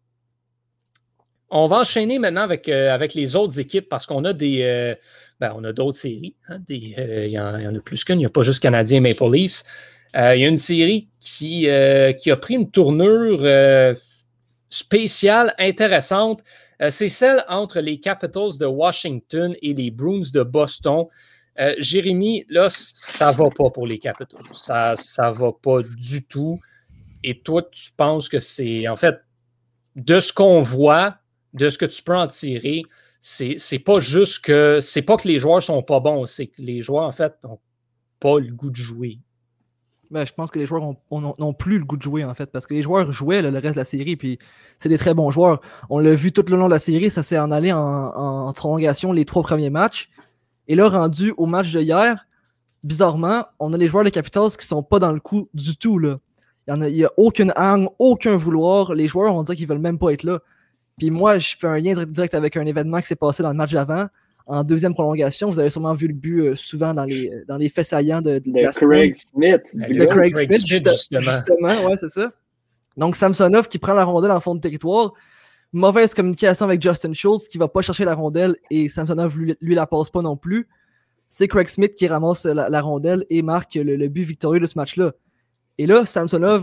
On va enchaîner maintenant avec, euh, avec les autres équipes parce qu'on a des euh, ben, on a d'autres séries. Hein, des, euh, il, y en, il y en a plus qu'une. Il n'y a pas juste Canadiens Maple Leafs. Euh, il y a une série qui, euh, qui a pris une tournure euh, spéciale, intéressante. Euh, c'est celle entre les Capitals de Washington et les Bruins de Boston. Euh, Jérémy, là, ça ne va pas pour les Capitals. Ça ne va pas du tout. Et toi, tu penses que c'est... En fait, de ce qu'on voit, de ce que tu peux en tirer, c'est, c'est pas juste que c'est pas que les joueurs sont pas bons, c'est que les joueurs, en fait, n'ont pas le goût de jouer. Ben, je pense que les joueurs n'ont plus le goût de jouer, en fait, parce que les joueurs jouaient là, le reste de la série, puis c'est des très bons joueurs. On l'a vu tout le long de la série, ça s'est en allé en, en prolongation les trois premiers matchs. Et là, rendu au match de hier, bizarrement, on a les joueurs des Capitals qui sont pas dans le coup du tout, là. Il n'y a, a aucune hargne, aucun vouloir. Les joueurs, on dirait qu'ils veulent même pas être là. Puis moi, je fais un lien direct avec un événement qui s'est passé dans le match d'avant. En deuxième prolongation, vous avez sûrement vu le but euh, souvent dans les, dans les faits saillants de, de, de la Craig Smith. De, de Craig, Craig Smith, Smith juste, justement. justement. Ouais, c'est ça. Donc, Samsonov qui prend la rondelle en fond de territoire. Mauvaise communication avec Justin Schultz qui ne va pas chercher la rondelle et Samsonov lui, lui la passe pas non plus. C'est Craig Smith qui ramasse la, la rondelle et marque le, le but victorieux de ce match-là. Et là, Samsonov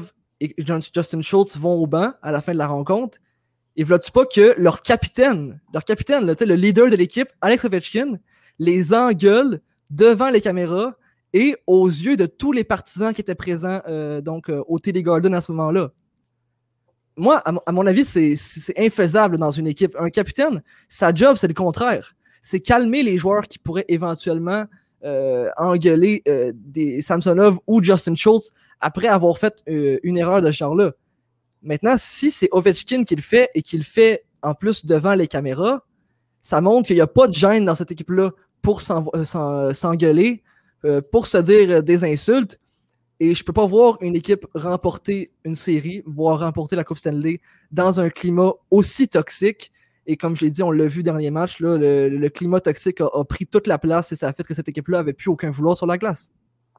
et Justin Schultz vont au banc à la fin de la rencontre, et vois-tu pas que leur capitaine, leur capitaine, là, le leader de l'équipe, Alex Ovechkin, les engueule devant les caméras et aux yeux de tous les partisans qui étaient présents euh, donc, euh, au T D Garden à ce moment-là. Moi, à, à mon avis, c'est, c'est infaisable dans une équipe. Un capitaine, sa job, c'est le contraire. C'est calmer les joueurs qui pourraient éventuellement euh, engueuler euh, des Samsonov ou Justin Schultz après avoir fait euh, une erreur de ce genre-là. Maintenant, si c'est Ovechkin qui le fait et qu'il le fait en plus devant les caméras, ça montre qu'il n'y a pas de gêne dans cette équipe-là pour s'en, s'en, s'engueuler, euh, pour se dire des insultes. Et je ne peux pas voir une équipe remporter une série, voire remporter la Coupe Stanley dans un climat aussi toxique. Et comme je l'ai dit, on l'a vu dans les matchs, là, le, le climat toxique a, a pris toute la place et ça a fait que cette équipe-là n'avait plus aucun vouloir sur la glace.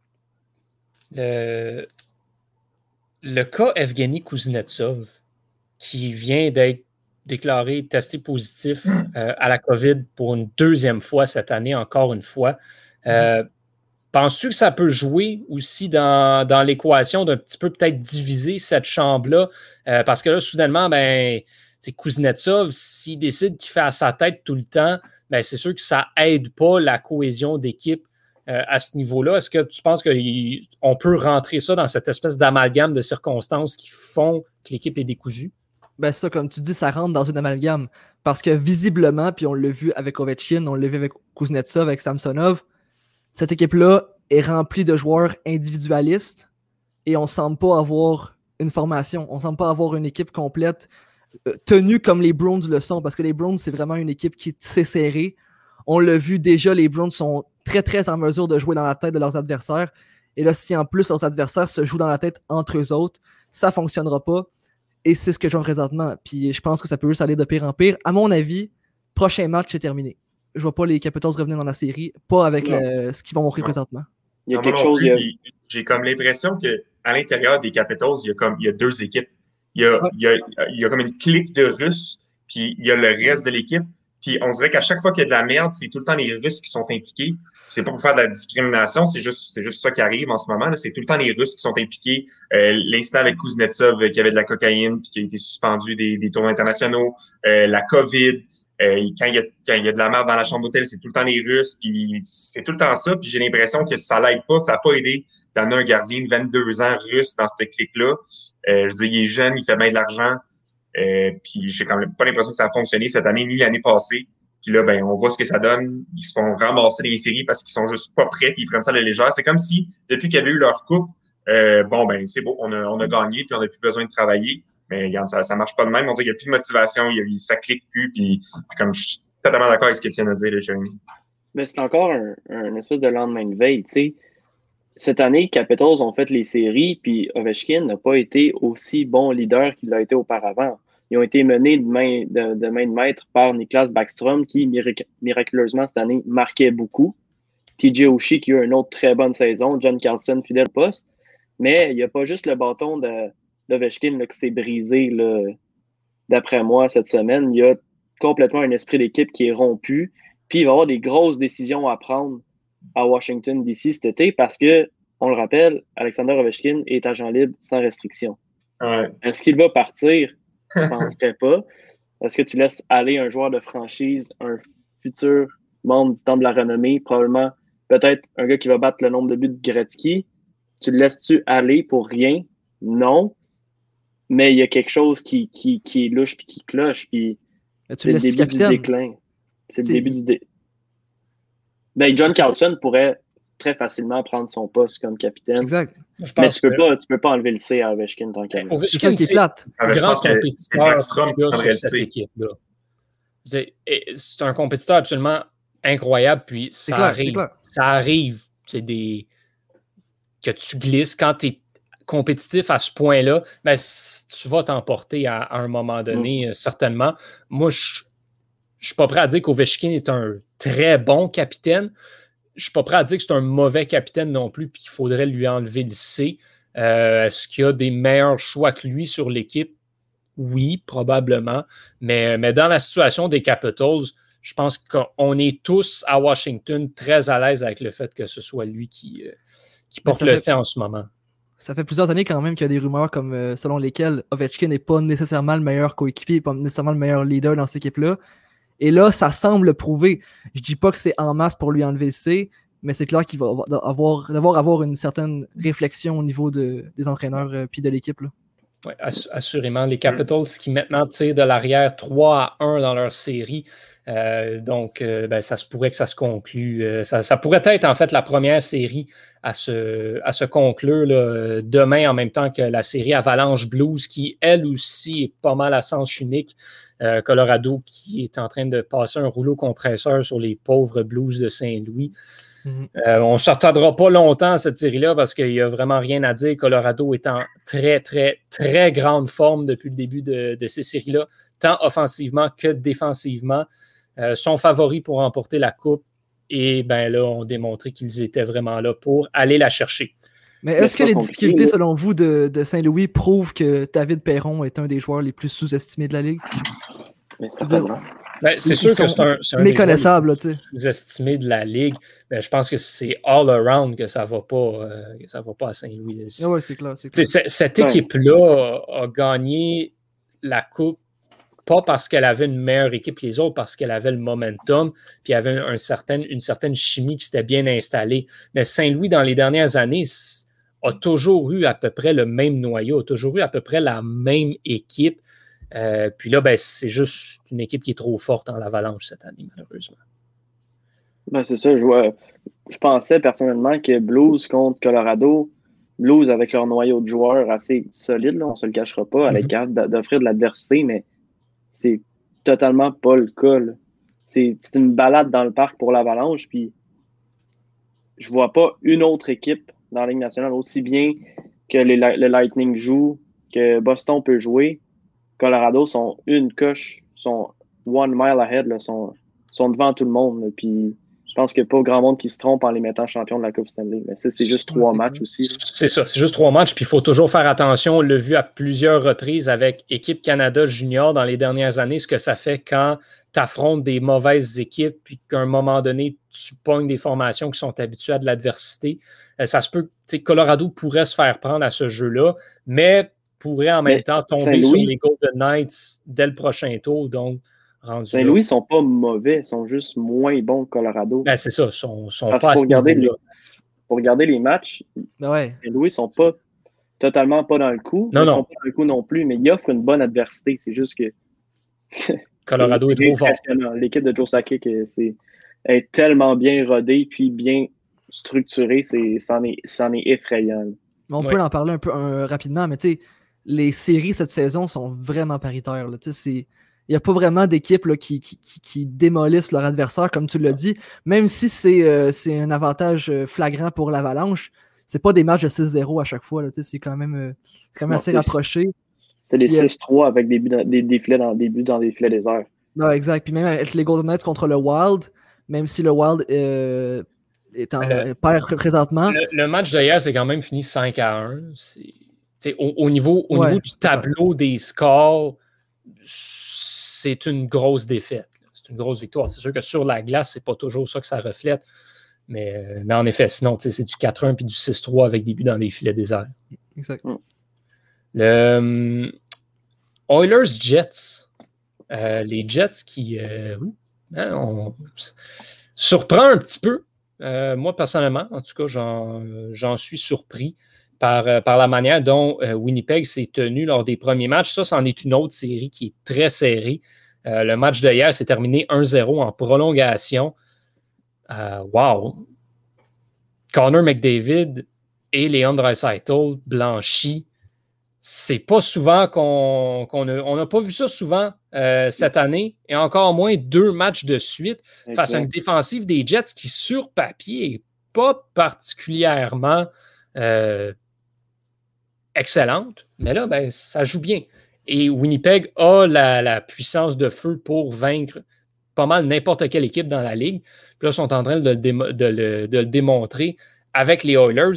Le, le cas Evgeny Kuznetsov, qui vient d'être déclaré testé positif euh, à la COVID pour une deuxième fois cette année, encore une fois, euh, penses-tu que ça peut jouer aussi dans, dans l'équation d'un petit peu peut-être diviser cette chambre-là? Euh, parce que là, soudainement, ben, Kuznetsov, s'il décide qu'il fait à sa tête tout le temps, ben, c'est sûr que ça n'aide pas la cohésion d'équipe euh, à ce niveau-là. Est-ce que tu penses qu'on peut rentrer ça dans cette espèce d'amalgame de circonstances qui font que l'équipe est décousue? Ben ça, comme tu dis, ça rentre dans une amalgame. Parce que visiblement, puis on l'a vu avec Ovechkin, on l'a vu avec Kuznetsov, avec Samsonov, cette équipe-là est remplie de joueurs individualistes et on ne semble pas avoir une formation. On ne semble pas avoir une équipe complète euh, tenue comme les Browns le sont, parce que les Browns, c'est vraiment une équipe qui s'est serrée. On l'a vu déjà, les Browns sont très, très en mesure de jouer dans la tête de leurs adversaires. Et là, si en plus leurs adversaires se jouent dans la tête entre eux autres, ça ne fonctionnera pas. Et c'est ce que je vois présentement. Puis je pense que ça peut juste aller de pire en pire. À mon avis, prochain match, c'est terminé. Je vois pas les Capitals revenir dans la série, pas avec le, ce qu'ils vont montrer non. présentement. Il y a non, quelque chose. Plus, il... J'ai comme l'impression qu'à l'intérieur des Capitals, il y a comme il y a deux équipes. Il y a, ouais. il y a, il y a comme une clique de Russes, puis il y a le reste de l'équipe. Puis on dirait qu'à chaque fois qu'il y a de la merde, c'est tout le temps les Russes qui sont impliqués. C'est pas pour faire de la discrimination, c'est juste, c'est juste ça qui arrive en ce moment. Là. C'est tout le temps les Russes qui sont impliqués. Euh, l'incident avec Kuznetsov, euh, qui avait de la cocaïne, puis qui a été suspendu des, des tournois internationaux, euh, la COVID. Euh, quand il y a quand il y a de la merde dans la chambre d'hôtel, c'est tout le temps les Russes, puis c'est tout le temps ça. Puis j'ai l'impression que ça l'aide pas, ça n'a pas aidé d'amener un gardien de vingt-deux ans russe dans cette clique-là. Euh, je veux dire, il est jeune, il fait bien de l'argent. Euh, puis j'ai quand même pas l'impression que ça a fonctionné cette année ni l'année passée. Puis là, ben, on voit ce que ça donne. Ils se font ramasser dans les séries parce qu'ils sont juste pas prêts, puis ils prennent ça à la légère. C'est comme si, depuis qu'ils avaient eu leur coupe, euh, bon, ben, c'est beau, on a, on a gagné, puis on n'a plus besoin de travailler. Mais regarde, ça, ça marche pas de même. On dirait qu'il n'y a plus de motivation, il y a, ça clique plus, puis comme je suis totalement d'accord avec ce que tu viens de dire, là, Jérémy. Mais c'est encore un, un espèce de lendemain de veille, tu sais. Cette année, Capitals ont fait les séries, puis Ovechkin n'a pas été aussi bon leader qu'il l'a été auparavant. Ils ont été menés de main de, de main de maître par Niklas Backstrom, qui mirac- miraculeusement cette année marquait beaucoup. T J Oshie qui a eu une autre très bonne saison. John Carlson, fidèle poste. Mais il n'y a pas juste le bâton de, d'Ovechkin là, qui s'est brisé, là, d'après moi, cette semaine. Il y a complètement un esprit d'équipe qui est rompu. Puis il va y avoir des grosses décisions à prendre à Washington D C cet été parce que, on le rappelle, Alexander Ovechkin est agent libre sans restriction. Ouais. Est-ce qu'il va partir? Je ne penserais pas. Est-ce que tu laisses aller un joueur de franchise, un futur membre du Temple de la renommée, probablement peut-être un gars qui va battre le nombre de buts de Gretzky? Tu le laisses-tu aller pour rien? Non. Mais il y a quelque chose qui, qui, qui est louche puis qui cloche. Puis c'est le début capitaine. du déclin. C'est le c'est... début du dé... Ben, John Carlson pourrait très facilement prendre son poste comme capitaine. Exact. Mais tu peux que... pas, tu peux pas enlever le C à Ovechkin tant qu'à lui. Ovechkin, c'est plate. Un grand compétiteur sur cette équipe-là. C'est, c'est un compétiteur absolument incroyable, puis ça clair, arrive. Ça arrive. C'est des... que tu glisses quand tu es compétitif à ce point-là, ben, tu vas t'emporter à, à un moment donné, mm. certainement. Moi, je ne suis pas prêt à dire qu'Ovechkin est un très bon capitaine. Je ne suis pas prêt à dire que c'est un mauvais capitaine non plus, puis qu'il faudrait lui enlever le C. Euh, est-ce qu'il y a des meilleurs choix que lui sur l'équipe? Oui, probablement. Mais, mais dans la situation des Capitals, je pense qu'on est tous à Washington très à l'aise avec le fait que ce soit lui qui, euh, qui porte le C en ce moment. ça fait plusieurs années quand même qu'il y a des rumeurs comme euh, selon lesquelles Ovechkin n'est pas nécessairement le meilleur coéquipier, pas nécessairement le meilleur leader dans cette équipe-là. Et là, ça semble le prouver. Je dis pas que c'est en masse pour lui enlever le C, mais c'est clair qu'il va avoir, devoir avoir une certaine réflexion au niveau de, des entraîneurs et euh, de l'équipe. Là. Oui, ass- assurément. Les Capitals qui maintenant tirent de l'arrière trois à un dans leur série. Euh, donc, euh, ben, ça se pourrait que ça se conclue. Euh, ça, ça pourrait être en fait la première série à se, à se conclure là, demain en même temps que la série Avalanche Blues qui, elle aussi, est pas mal à sens unique. Euh, Colorado qui est en train de passer un rouleau compresseur sur les pauvres Blues de Saint-Louis. Mm-hmm. Euh, on ne s'attendra pas longtemps à cette série-là parce qu'il n'y a vraiment rien à dire. Colorado est en très, très, très grande forme depuis le début de, de ces séries-là, tant offensivement que défensivement. Euh, sont favoris pour remporter la Coupe et ben là, ont démontré qu'ils étaient vraiment là pour aller la chercher. Mais est-ce que les difficultés, selon vous, de, de Saint-Louis prouvent que David Perron est un des joueurs les plus sous-estimés de la Ligue? Mais certainement. Ben, c'est sûr que c'est un, c'est un méconnaissable, des sous-estimés de la Ligue. Ben, je pense que c'est all around que ça ne va pas, euh, que ça va pas à Saint-Louis. Ah ouais, c'est clair, c'est clair. C- cette équipe-là a, a gagné la Coupe pas parce qu'elle avait une meilleure équipe que les autres, parce qu'elle avait le momentum, puis il y avait un certain, une certaine chimie qui s'était bien installée. Mais Saint-Louis, dans les dernières années, a toujours eu à peu près le même noyau, a toujours eu à peu près la même équipe. Euh, puis là, ben, c'est juste une équipe qui est trop forte en l'Avalanche cette année, malheureusement. Ben, c'est ça. Je, vois, je pensais personnellement que Blues contre Colorado, Blues avec leur noyau de joueurs assez solide, là, on ne se le cachera pas, à mm-hmm. la d'offrir de l'adversité, mais c'est totalement pas le cas. Là. C'est, c'est une balade dans le parc pour l'Avalanche, puis je vois pas une autre équipe dans la Ligue nationale aussi bien que les, le Lightning joue, que Boston peut jouer. Colorado sont une coche, sont one mile ahead, là, sont, sont devant tout le monde. Là, puis je pense qu'il n'y a pas grand monde qui se trompe en les mettant champions de la Coupe Stanley. Mais ça, c'est juste trois c'est matchs cool. aussi. Là. C'est ça, c'est juste trois matchs. Puis il faut toujours faire attention. On l'a vu à plusieurs reprises avec Équipe Canada Junior dans les dernières années, ce que ça fait quand tu affrontes des mauvaises équipes, puis qu'à un moment donné, tu pognes des formations qui sont habituées à de l'adversité. Ça se peut, tu sais, Colorado pourrait se faire prendre à ce jeu-là, mais pourrait en même mais temps tomber Saint-Louis, sur les Golden Knights dès le prochain tour. Donc, Saint-Louis ne sont pas mauvais, ils sont juste moins bons que Colorado. Ben, c'est ça, ils sont, sont Parce pas pour regarder, les, pour regarder les matchs, ouais. Saint-Louis ne sont pas totalement pas dans le coup. Non, ils ne non. sont pas dans le coup non plus, mais ils offrent une bonne adversité. C'est juste que Colorado est, est trop fort. L'équipe de Joe Sakic c'est, est tellement bien rodée puis bien structurée, c'est, c'en, est, c'en est effrayant. Mais on ouais. peut en parler un peu un, rapidement, mais tu sais, les séries cette saison sont vraiment paritaires. Là. Il n'y a pas vraiment d'équipes là, qui, qui, qui, qui démolissent leur adversaire, comme tu l'as dit. Même si c'est, euh, c'est un avantage flagrant pour l'Avalanche, c'est pas des matchs de six zéro à chaque fois. Là, c'est quand même, euh, c'est quand même non, assez rapproché. C'est des six trois avec des buts dans des, des, filets dans, des buts dans des filets déserts. Non, exact. Puis même avec les Golden Knights contre le Wild, même si le Wild euh, est en euh, perd présentement. Le, le match d'hier, c'est quand même fini cinq à un. C'est... Au, au niveau, au ouais, niveau du tableau des scores, c'est une grosse défaite. C'est une grosse victoire. C'est sûr que sur la glace, c'est pas toujours ça que ça reflète. Mais, mais en effet, sinon, c'est du quatre un puis du six trois avec des buts dans les filets déserts. Exact. Le um, Oilers Jets. Euh, les Jets qui euh, hein, on surprend un petit peu. Euh, moi, personnellement, en tout cas, j'en, j'en suis surpris. Par, par la manière dont euh, Winnipeg s'est tenu lors des premiers matchs. Ça, c'en est une autre série qui est très serrée. Euh, le match d'hier s'est terminé un zéro en prolongation. Euh, wow! Connor McDavid et Leon Draisaitl blanchis. C'est pas souvent qu'on, qu'on a, on n'a pas vu ça souvent euh, cette année, et encore moins deux matchs de suite okay. face à une défensive des Jets qui, sur papier, n'est pas particulièrement euh, excellente, mais là, ben, ça joue bien. Et Winnipeg a la, la puissance de feu pour vaincre pas mal n'importe quelle équipe dans la ligue. Puis là, ils sont en train de le, démo- de le, de le démontrer avec les Oilers.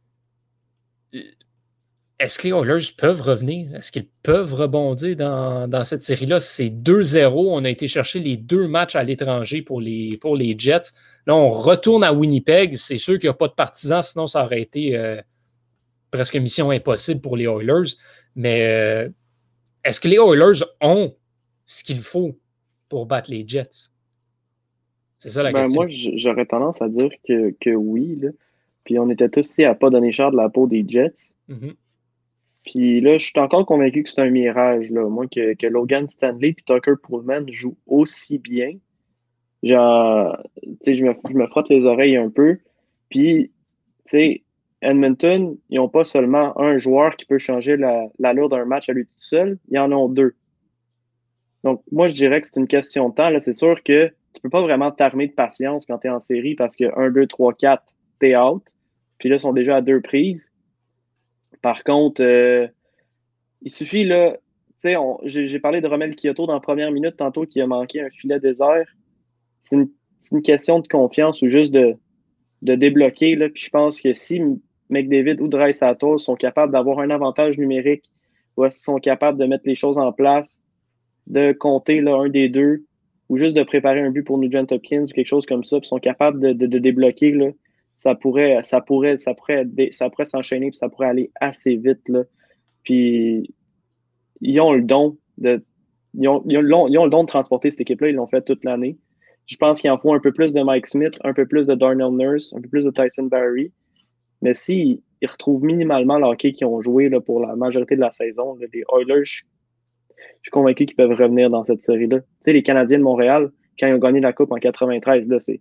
Est-ce que les Oilers peuvent revenir? Est-ce qu'ils peuvent rebondir dans, dans cette série-là? C'est deux zéro. On a été chercher les deux matchs à l'étranger pour les, pour les Jets. Là, on retourne à Winnipeg. C'est sûr qu'il n'y a pas de partisans, sinon ça aurait été... Euh, presque mission impossible pour les Oilers. Mais euh, est-ce que les Oilers ont ce qu'il faut pour battre les Jets? C'est ça la ben, question. Moi, j'aurais tendance à dire que, que oui. Là. Puis on était tous ici à pas donner cher de la peau des Jets. Mm-hmm. Puis là, je suis encore convaincu que c'est un mirage. Là. Moi, que, que Logan Stanley et Tucker Pullman jouent aussi bien. Genre, tu sais, je me, je me frotte les oreilles un peu. Puis, tu sais, Edmonton, ils n'ont pas seulement un joueur qui peut changer la, l'allure d'un match à lui tout seul, ils en ont deux. Donc, moi, je dirais que c'est une question de temps. Là. C'est sûr que tu peux pas vraiment t'armer de patience quand tu es en série parce que un, deux, trois, quatre, t'es out. Puis là, ils sont déjà à deux prises. Par contre, euh, il suffit, là, tu sais, j'ai, j'ai parlé de Romel Kyoto dans la première minute tantôt qui a manqué un filet désert. C'est une, c'est une question de confiance ou juste de, de débloquer. Là. Puis je pense que si McDavid ou Draisaitl sont capables d'avoir un avantage numérique ou s'ils sont capables de mettre les choses en place, de compter là, un des deux ou juste de préparer un but pour Nugent Hopkins ou quelque chose comme ça, puis sont capables de, de, de débloquer, là, ça pourrait, ça pourrait, ça pourrait, ça pourrait s'enchaîner, puis ça pourrait aller assez vite. Là. Puis ils ont le don de. Ils ont, ils, ont, ils ont le don de transporter cette équipe-là, ils l'ont fait toute l'année. Je pense qu'il en faut un peu plus de Mike Smith, un peu plus de Darnell Nurse, un peu plus de Tyson Barrie. Mais s'ils ils retrouvent minimalement l'hockey qu'ils ont joué là, pour la majorité de la saison, là, les Oilers, je, je suis convaincu qu'ils peuvent revenir dans cette série-là. Tu sais, les Canadiens de Montréal, quand ils ont gagné la Coupe en quatre-vingt-treize, là, c'est,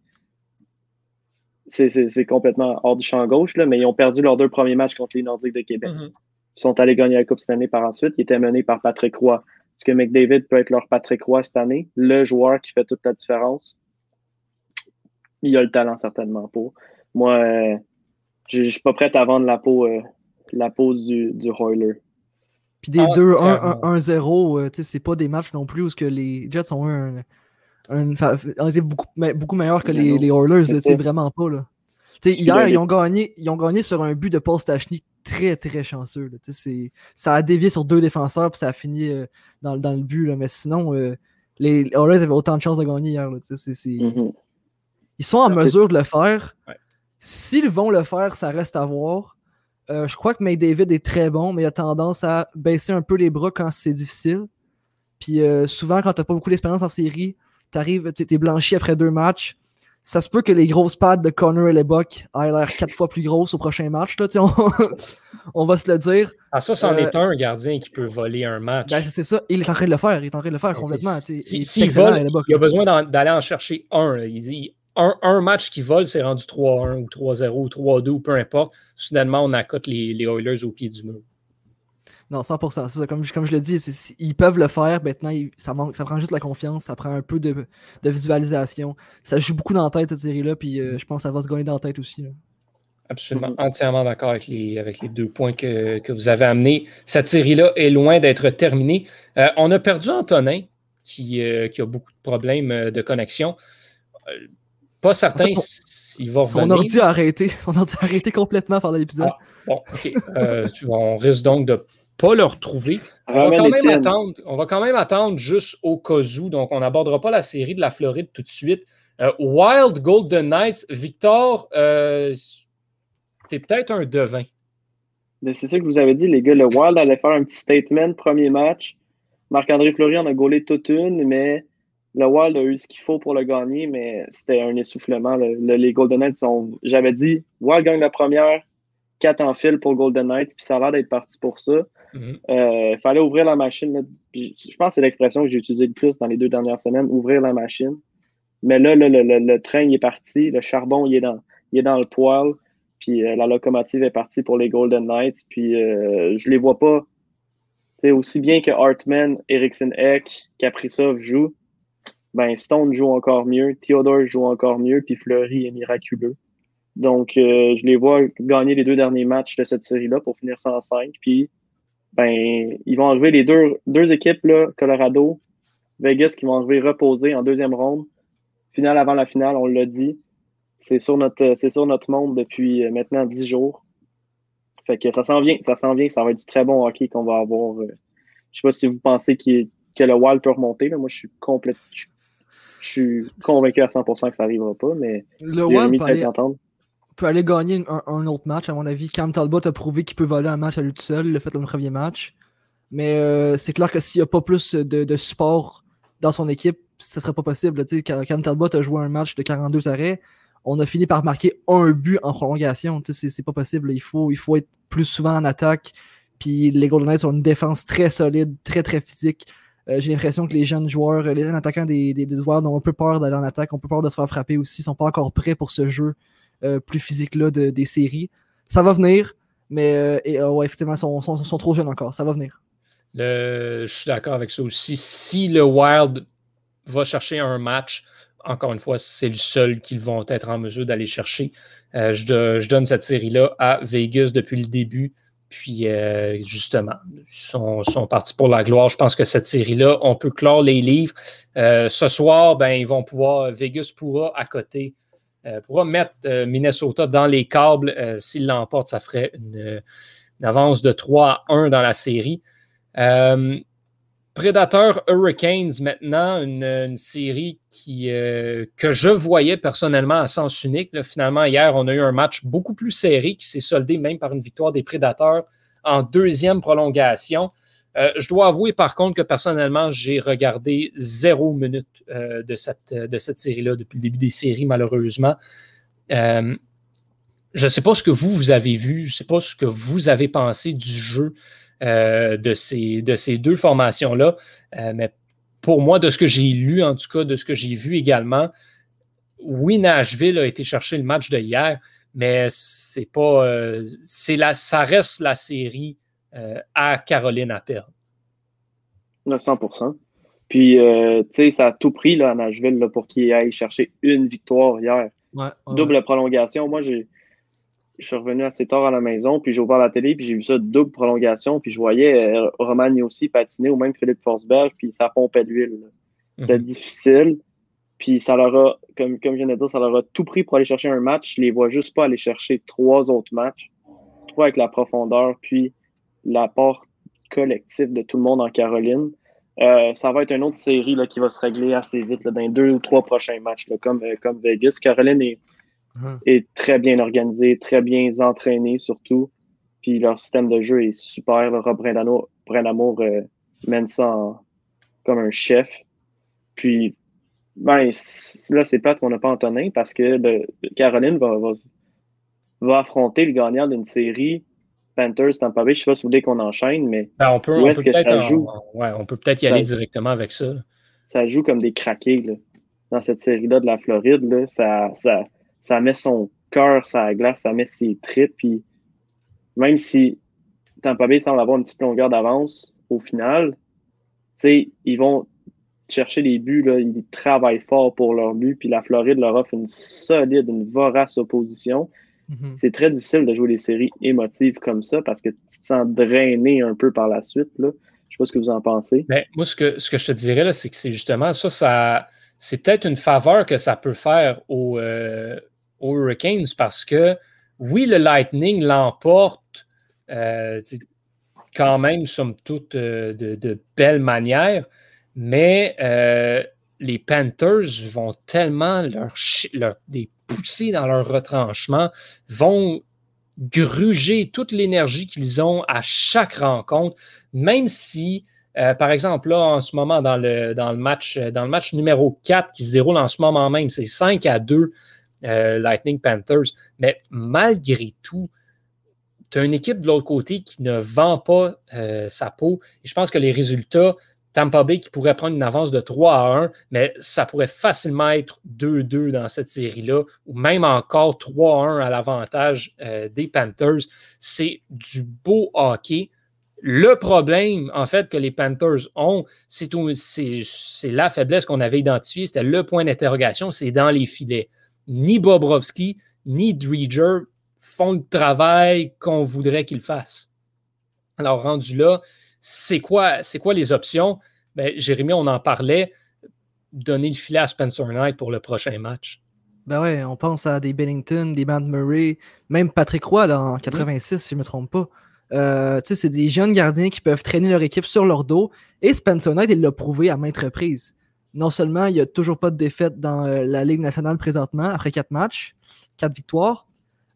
c'est, c'est, c'est complètement hors du champ gauche, là, mais ils ont perdu leurs deux premiers matchs contre les Nordiques de Québec. Mm-hmm. Ils sont allés gagner la Coupe cette année par ensuite. Ils étaient menés par Patrick Roy. Est-ce que McDavid peut être leur Patrick Roy cette année? Le joueur qui fait toute la différence? Il a le talent certainement pour. Moi, euh, je ne suis pas prêt à vendre la peau, euh, la peau du, du Oiler. Puis des deux un un zéro, euh, c'est pas des matchs non plus où que les Jets ont eu un, un, ont été beaucoup, beaucoup meilleurs que les, les Oilers. C'est, c'est vraiment pas. Là. Hier, ils ont, gagné, ils ont gagné sur un but de Paul Stachny très, très chanceux. Là. C'est, ça a dévié sur deux défenseurs puis ça a fini euh, dans, dans le but. Là. Mais sinon, euh, les, les Oilers avaient autant de chances de gagner hier. Là. C'est, c'est... Mm-hmm. Ils sont en mesure de le faire. Ouais. S'ils vont le faire, ça reste à voir. Euh, je crois que McDavid est très bon, mais il a tendance à baisser un peu les bras quand c'est difficile. Puis euh, souvent, quand tu n'as pas beaucoup d'expérience en série, t'arrives, tu es blanchi après deux matchs. Ça se peut que les grosses pattes de Connor et Lebock aient l'air quatre fois plus grosses au prochain match. Là, on, on va se le dire. Ah, ça, c'en euh, est un gardien qui peut voler un match. Ben, c'est ça. Il est en train de le faire. Il est en train de le faire ben, complètement. Si, si, si il vole, Lebock, il a besoin d'aller en chercher un. Il dit un, un match qui vole, c'est rendu trois un ou trois zéro ou trois deux ou peu importe. Soudainement, on accote les, les Oilers au pied du mur. Non, cent pour cent. C'est ça. Comme, comme je le dis, c'est, ils peuvent le faire. Maintenant, il, ça, manque, ça prend juste la confiance. Ça prend un peu de, de visualisation. Ça joue beaucoup dans la tête, cette série-là. Puis euh, je pense que ça va se gagner dans la tête aussi. Là. Absolument. Mm-hmm. Entièrement d'accord avec les, avec les deux points que, que vous avez amenés. Cette série-là est loin d'être terminée. Euh, on a perdu Antonin, qui, euh, qui a beaucoup de problèmes de connexion. Euh, Pas certain en fait, s'il va revenir. Son ordi a arrêté. Son ordi a arrêté complètement pendant l'épisode. Ah, bon, OK. Euh, on risque donc de ne pas le retrouver. On va, quand même attendre, on va quand même attendre juste au cas où. Donc, on n'abordera pas la série de la Floride tout de suite. Euh, Wild Golden Knights. Victor, euh, t'es peut-être un devin. Mais c'est ça que je vous avais dit, les gars. Le Wild allait faire un petit statement, premier match. Marc-André Fleury en a gaulé toute une, mais le Wild a eu ce qu'il faut pour le gagner, mais c'était un essoufflement. Le, le, les Golden Knights sont. J'avais dit, Wild gagne la première, quatre en file pour Golden Knights, puis ça a l'air d'être parti pour ça. Il mm-hmm. euh, fallait ouvrir la machine. Là. Je pense que c'est l'expression que j'ai utilisée le plus dans les deux dernières semaines, ouvrir la machine. Mais là, là le, le, le train il est parti, le charbon il est dans, il est dans le poêle, puis euh, la locomotive est partie pour les Golden Knights, puis euh, je les vois pas. T'sais, aussi bien que Hartman, Eriksson Ek, Kaprizov jouent, ben Stone joue encore mieux, Theodore joue encore mieux, puis Fleury est miraculeux. Donc, euh, je les vois gagner les deux derniers matchs de cette série-là pour finir ça en cinq. Puis, ben, ils vont enlever les deux, deux équipes, là, Colorado, Vegas, qui vont enlever reposer en deuxième ronde. Finale avant la finale, on l'a dit. C'est sur notre, c'est sur notre monde depuis maintenant dix jours. Fait que ça s'en vient, ça s'en vient. Ça va être du très bon hockey qu'on va avoir. Euh, je sais pas si vous pensez qu'il, que le Wild peut remonter. Là. Moi, je suis complètement. Je suis convaincu à cent pour cent que ça n'arrivera pas, mais le Wild peut aller, peut aller gagner un, un autre match, à mon avis. Cam Talbot a prouvé qu'il peut voler un match à lui tout seul, il l'a fait dans le premier match. Mais euh, c'est clair que s'il n'y a pas plus de, de support dans son équipe, ça ne serait pas possible. Cam Talbot a joué un match de quarante-deux arrêts. On a fini par marquer un but en prolongation. C'est, c'est pas possible. Il faut, il faut être plus souvent en attaque. Puis les Golden Knights ont une défense très solide, très très physique. Euh, j'ai l'impression que les jeunes joueurs, les jeunes attaquants des, des, des joueurs ont un peu peur d'aller en attaque, ont un peu peur de se faire frapper aussi, ils sont pas encore prêts pour ce jeu euh, plus physique-là de, des séries. Ça va venir, mais euh, et, euh, ouais, effectivement, ils sont, sont, sont trop jeunes encore. Ça va venir. Le, je suis d'accord avec ça aussi. Si le Wild va chercher un match, encore une fois, c'est le seul qu'ils vont être en mesure d'aller chercher. Euh, je, je donne cette série-là à Vegas depuis le début. Puis, euh, justement, ils sont, sont partis pour la gloire. Je pense que cette série-là, on peut clore les livres. Euh, ce soir, ben, ils vont pouvoir, Vegas pourra à côté, euh, pourra mettre euh, Minnesota dans les câbles. Euh, s'il l'emporte, ça ferait une, une avance de trois à un dans la série. Euh, Predator Hurricanes, maintenant, une, une série qui, euh, que je voyais personnellement à sens unique. Là, finalement, hier, on a eu un match beaucoup plus serré qui s'est soldé même par une victoire des Predators en deuxième prolongation. Euh, je dois avouer, par contre, que personnellement, j'ai regardé zéro minute euh, de cette, de cette série-là depuis le début des séries, malheureusement. Euh, je ne sais pas ce que vous, vous avez vu, je ne sais pas ce que vous avez pensé du jeu Euh, de, ces, de ces deux formations-là. Euh, mais pour moi, de ce que j'ai lu, en tout cas, de ce que j'ai vu également, oui, Nashville a été chercher le match de hier, mais c'est pas, euh, c'est la, ça reste la série euh, à Caroline à perdre. cent pour cent. Puis, euh, tu sais, ça a tout pris là, à Nashville là, pour qu'il aille chercher une victoire hier. Ouais, ouais, double ouais. prolongation. Moi, j'ai je suis revenu assez tard à la maison, puis j'ai ouvert la télé, puis j'ai vu ça double prolongation, puis je voyais euh, Roman Yossi patiner, ou même Philippe Forsberg, puis ça pompait de l'huile. Là. C'était mm-hmm. difficile, puis ça leur a, comme, comme je viens de dire, ça leur a tout pris pour aller chercher un match. Je les vois juste pas aller chercher trois autres matchs, trois avec la profondeur, puis l'apport collectif de tout le monde en Caroline. Euh, ça va être une autre série là, qui va se régler assez vite là, dans deux ou trois prochains matchs, là, comme, euh, comme Vegas. Caroline est est très bien organisé, très bien entraîné surtout. Puis leur système de jeu est super. Là. Rob Brindamour euh, mène ça en, comme un chef. Puis, ben, là, c'est plate qu'on n'a pas Antonin parce que le, Caroline va, va, va affronter le gagnant d'une série Panthers Tampa Bay. Je ne sais pas si vous voulez qu'on enchaîne, mais ben, on peut, où on est-ce peut que ça en, joue? Ouais, on peut peut-être y ça, aller directement avec ça. Ça joue comme des craqués là, dans cette série-là de la Floride. Là. Ça, ça, ça met son cœur sur la glace, ça met ses tripes. Puis même si Tampa Bay semble avoir une petite longueur d'avance au final, ils vont chercher les buts, là, ils travaillent fort pour leurs buts, puis la Floride leur offre une solide, une vorace opposition. Mm-hmm. C'est très difficile de jouer des séries émotives comme ça parce que tu te sens drainé un peu par la suite. Là. Je ne sais pas ce que vous en pensez. Ben, moi, ce que, ce que je te dirais, là, c'est que c'est justement ça, ça c'est peut-être une faveur que ça peut faire aux, euh, aux Hurricanes parce que, oui, le Lightning l'emporte euh, quand même, somme toute, euh, de, de belle manière, mais euh, les Panthers vont tellement leur, leur des pousser dans leur retranchement, vont gruger toute l'énergie qu'ils ont à chaque rencontre, même si Euh, par exemple, là, en ce moment, dans le, dans le match, dans le match numéro quatre qui se déroule en ce moment même, c'est cinq à deux euh, Lightning Panthers. Mais malgré tout, tu as une équipe de l'autre côté qui ne vend pas euh, sa peau. Et je pense que les résultats, Tampa Bay qui pourrait prendre une avance de trois à un, mais ça pourrait facilement être deux deux dans cette série-là, ou même encore trois à un à l'avantage euh, des Panthers. C'est du beau hockey. Le problème, en fait, que les Panthers ont, c'est, c'est, c'est la faiblesse qu'on avait identifiée, c'était le point d'interrogation, c'est dans les filets. Ni Bobrovsky, ni Driedger font le travail qu'on voudrait qu'ils fassent. Alors, rendu là, c'est quoi, c'est quoi les options? Ben, Jérémy, on en parlait, donner le filet à Spencer Knight pour le prochain match. Ben ouais, on pense à des Bennington, des Matt Murray, même Patrick Roy là, en quatre-vingt-six, mmh. si je ne me trompe pas. Euh, c'est des jeunes gardiens qui peuvent traîner leur équipe sur leur dos. Et Spencer Knight, il l'a prouvé à maintes reprises. Non seulement il n'y a toujours pas de défaite dans euh, la Ligue nationale présentement, après quatre matchs, quatre victoires,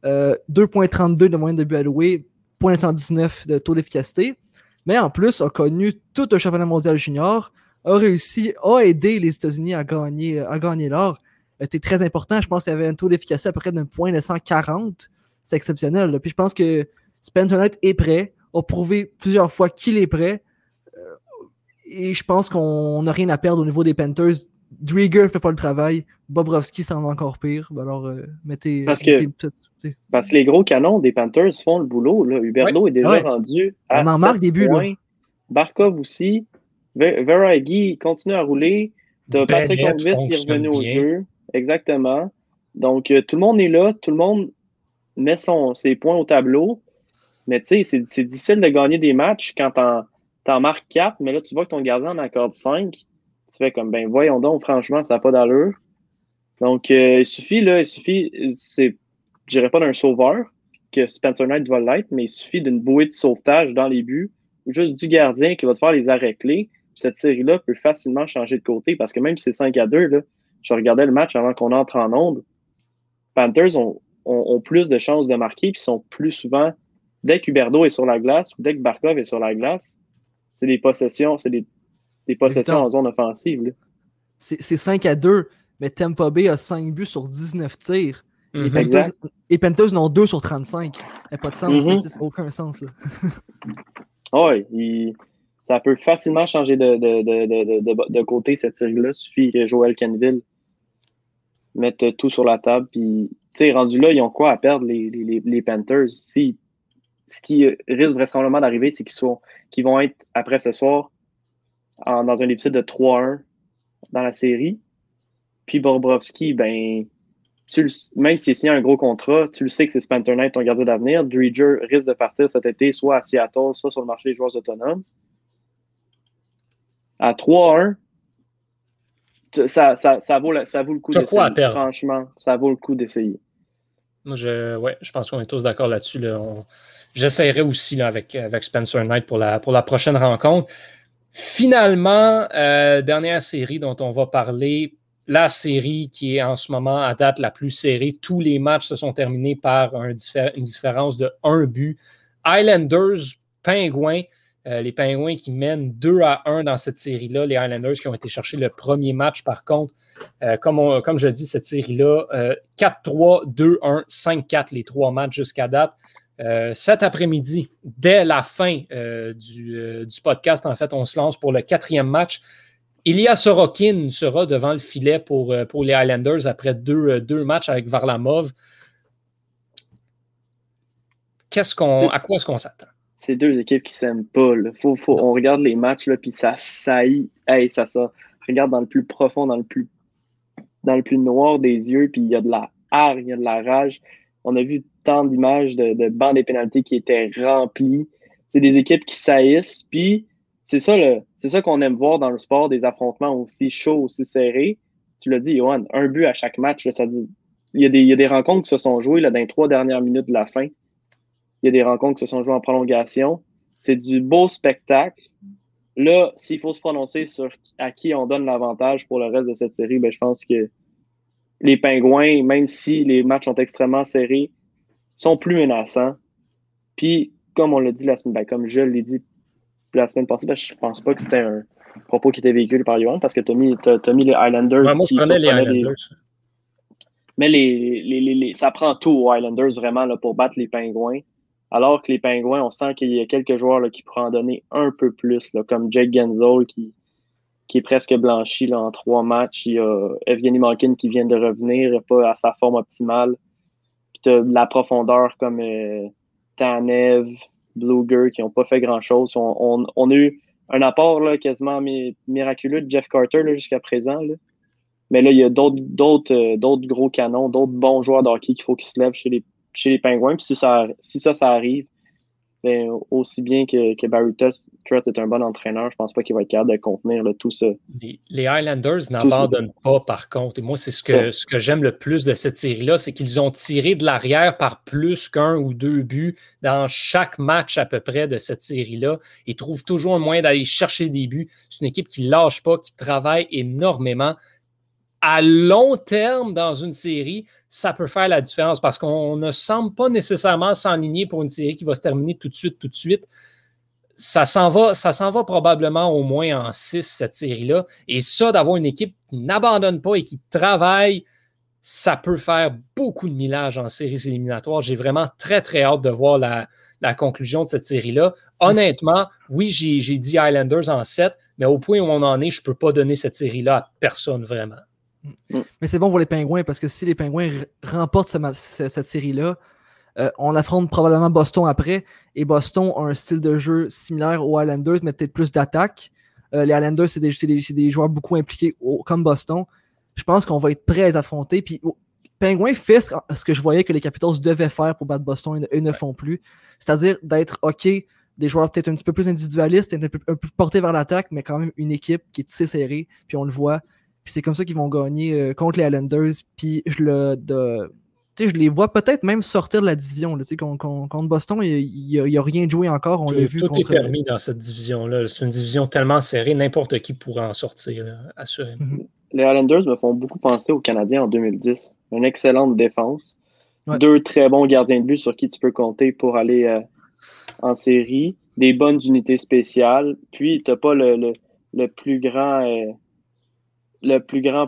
Euh, deux virgule trente-deux de moyenne de buts alloués, zéro virgule cent dix-neuf de taux d'efficacité. Mais en plus, a connu tout un championnat mondial junior, a réussi, a aidé les États-Unis à gagner, à gagner l'or. C'était très important. Je pense qu'il y avait un taux d'efficacité à peu près d'un point de cent quarante. C'est exceptionnel. Là. Puis je pense que Spencer Knight est prêt, a prouvé plusieurs fois qu'il est prêt. Euh, et je pense qu'on n'a rien à perdre au niveau des Panthers. Drieger ne fait pas le travail. Bobrovski s'en va encore pire. Alors, euh, mettez. Parce mettez, que, parce que les gros canons des Panthers font le boulot. Là. Huberdeau ouais, est déjà ouais. rendu à On en marque des buts. Là. Barkov aussi. Verhaeghe continue à rouler. T'as Patrick Lundqvist qui est revenu bien au jeu. Exactement. Donc, euh, tout le monde est là. Tout le monde met son, ses points au tableau. Mais tu sais, c'est, c'est difficile de gagner des matchs quand t'en, t'en marques quatre, mais là, tu vois que ton gardien en accorde cinq. Tu fais comme, ben voyons donc, franchement, ça n'a pas d'allure. Donc, euh, il suffit, là, il suffit, c'est, je dirais pas d'un sauveur, que Spencer Knight va l'être, mais il suffit d'une bouée de sauvetage dans les buts, ou juste du gardien qui va te faire les arrêts clés. Cette série-là peut facilement changer de côté, parce que même si c'est cinq à deux, là, je regardais le match avant qu'on entre en onde, Panthers ont, ont, ont plus de chances de marquer, puis sont plus souvent, dès qu'Huberdeau est sur la glace, ou dès que Barkov est sur la glace, c'est des possessions, c'est des des possessions en zone offensive. Là. C'est, c'est cinq à deux, mais Tampa Bay a cinq buts sur dix-neuf tirs. Mm-hmm. Les, Panthers, les Panthers n'ont deux sur trente-cinq. Ça n'a pas de sens. Mm-hmm. Ça n'a aucun sens. Oui, il... ça peut facilement changer de, de, de, de, de, de côté cette série-là. Il suffit que Joel Kenville mette tout sur la table. Puis, tu sais, rendu là, ils ont quoi à perdre, les, les, les Panthers? Si, ce qui risque vraisemblablement d'arriver, c'est qu'ils, sont, qu'ils vont être, après ce soir, En, dans un épisode de trois à un dans la série. Puis Bobrovski, ben, tu le, même s'il signe un gros contrat, tu le sais que c'est Spencer Knight, ton gardien d'avenir. Drieger risque de partir cet été, soit à Seattle, soit sur le marché des joueurs autonomes. À trois à un, ça, ça, ça, vaut, ça vaut le coup d'essayer. Franchement, ça vaut le coup d'essayer. Moi, je, ouais, je pense qu'on est tous d'accord là-dessus. Là. On, j'essaierai aussi là, avec, avec Spencer Knight pour la, pour la prochaine rencontre. Finalement, euh, dernière série dont on va parler, la série qui est en ce moment à date la plus serrée. Tous les matchs se sont terminés par un diffé- une différence de un but. Islanders, Pingouins, euh, les Pingouins qui mènent deux à un dans cette série-là. Les Islanders qui ont été chercher le premier match, par contre, euh, comme, on, comme je dis, cette série-là, euh, quatre trois, deux un, cinq quatre, les trois matchs jusqu'à date. Euh, cet après-midi, dès la fin euh, du, euh, du podcast, en fait, on se lance pour le quatrième match. Ilya Sorokin sera devant le filet pour, euh, pour les Islanders après deux, euh, deux matchs avec Varlamov. Qu'est-ce qu'on, à quoi est-ce qu'on s'attend? C'est deux équipes qui s'aiment pas. Là. Faut, faut, on regarde les matchs, là, puis ça saillit. Hey, ça, ça regarde dans le plus profond, dans le plus, dans le plus noir des yeux, puis il y a de la hargne, il y a de la rage. On a vu tant d'images de, de bancs des pénalités qui étaient remplis. C'est des équipes qui saillissent. Puis, c'est ça, le, c'est ça qu'on aime voir dans le sport, des affrontements aussi chauds, aussi serrés. Tu l'as dit, Johan, un but à chaque match. Là, ça dit, il, y a des, il y a des rencontres qui se sont jouées là, dans les trois dernières minutes de la fin. Il y a des rencontres qui se sont jouées en prolongation. C'est du beau spectacle. Là, s'il faut se prononcer sur à qui on donne l'avantage pour le reste de cette série, ben, je pense que les Pingouins, même si les matchs sont extrêmement serrés, sont plus menaçants. Puis, comme on l'a dit la semaine, ben, comme je l'ai dit la semaine passée, ben, je pense pas que c'était un propos qui était véhiculé par Johan, parce que tu as mis, t'as, t'as mis les Islanders. Ouais, moi, je prenais les Islanders. Les... Mais les, les, les, les, ça prend tout aux Islanders vraiment là, pour battre les Pingouins. Alors que les Pingouins, on sent qu'il y a quelques joueurs là, qui pourraient en donner un peu plus, là, comme Jake Gensel qui, qui est presque blanchi là, en trois matchs. Il y a Evgeny Malkin qui vient de revenir, pas à sa forme optimale. Puis tu as de la profondeur comme euh, Tanev, Bluger qui n'ont pas fait grand-chose. On, on, on a eu un apport là, quasiment mi- miraculeux de Jeff Carter là, jusqu'à présent. Là. Mais là, il y a d'autres, d'autres, euh, d'autres gros canons, d'autres bons joueurs de hockey qu'il faut qu'ils se lèvent chez les chez les Pingouins. Puis si ça, si ça, ça arrive, ben, aussi bien que, que Barry Trotz est un bon entraîneur, je pense pas qu'il va être capable de contenir là, tout ça. Les, les Highlanders n'abandonnent pas, par contre. Et moi, c'est ce que, ce que j'aime le plus de cette série-là, c'est qu'ils ont tiré de l'arrière par plus qu'un ou deux buts dans chaque match à peu près de cette série-là. Ils trouvent toujours un moyen d'aller chercher des buts. C'est une équipe qui ne lâche pas, qui travaille énormément. à long terme, dans une série, ça peut faire la différence parce qu'on ne semble pas nécessairement s'enligner pour une série qui va se terminer tout de suite, tout de suite. Ça s'en va, ça s'en va probablement au moins en six, cette série-là. Et ça, d'avoir une équipe qui n'abandonne pas et qui travaille, ça peut faire beaucoup de millage en séries éliminatoires. J'ai vraiment très, très hâte de voir la, la conclusion de cette série-là. Honnêtement, oui, j'ai, j'ai dit Islanders en sept, mais au point où on en est, je ne peux pas donner cette série-là à personne vraiment. Mais c'est bon pour les Pingouins parce que si les Pingouins r- remportent ce ma- ce- cette série-là, euh, on affronte probablement Boston après. Et Boston a un style de jeu similaire aux Islanders, mais peut-être plus d'attaque. Euh, les Islanders, c'est des, c'est, des, c'est des joueurs beaucoup impliqués au, comme Boston. Je pense qu'on va être prêts à les affronter. Puis, oh, Pingouins fait ce, ce que je voyais que les Capitals devaient faire pour battre Boston et ne, et ne font plus. C'est-à-dire d'être OK, des joueurs peut-être un petit peu plus individualistes, un peu, un peu portés vers l'attaque, mais quand même une équipe qui est tissée serrée. Puis on le voit. Puis c'est comme ça qu'ils vont gagner euh, contre les Islanders. Puis je le, de, je les vois peut-être même sortir de la division. Là, contre, contre, contre Boston, il n'y a, a rien de joué encore. On tout l'a vu tout contre... est permis dans cette division-là. C'est une division tellement serrée, n'importe qui pourrait en sortir, là, assurément. Mm-hmm. Les Islanders me font beaucoup penser aux Canadiens en deux mille dix. Une excellente défense. Ouais. Deux très bons gardiens de but sur qui tu peux compter pour aller euh, en série. Des bonnes unités spéciales. Puis, tu n'as pas le, le, le plus grand... Euh, le plus grand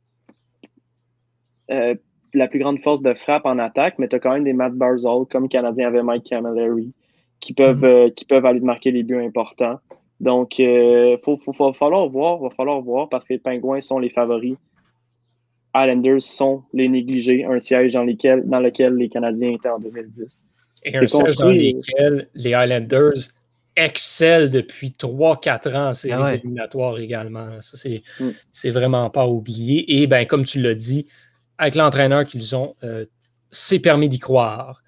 euh, la plus grande force de frappe en attaque, mais tu as quand même des Matt Barzal, comme le Canadien avait Mike Camilleri, qui peuvent, mm-hmm. euh, qui peuvent aller marquer les buts importants. Donc, il euh, faut, faut, faut falloir voir, va falloir voir, parce que les Pingouins sont les favoris. Islanders sont les négligés, un siège dans, lesquels, dans lequel les Canadiens étaient en deux mille dix. Et C'est un siège construit... dans lequel les Islanders excellent depuis trois quatre ans en séries ah ouais. éliminatoires également. Ça, c'est, mm. c'est vraiment pas à oublier. Et ben, comme tu l'as dit, avec l'entraîneur qu'ils ont, euh, c'est permis d'y croire.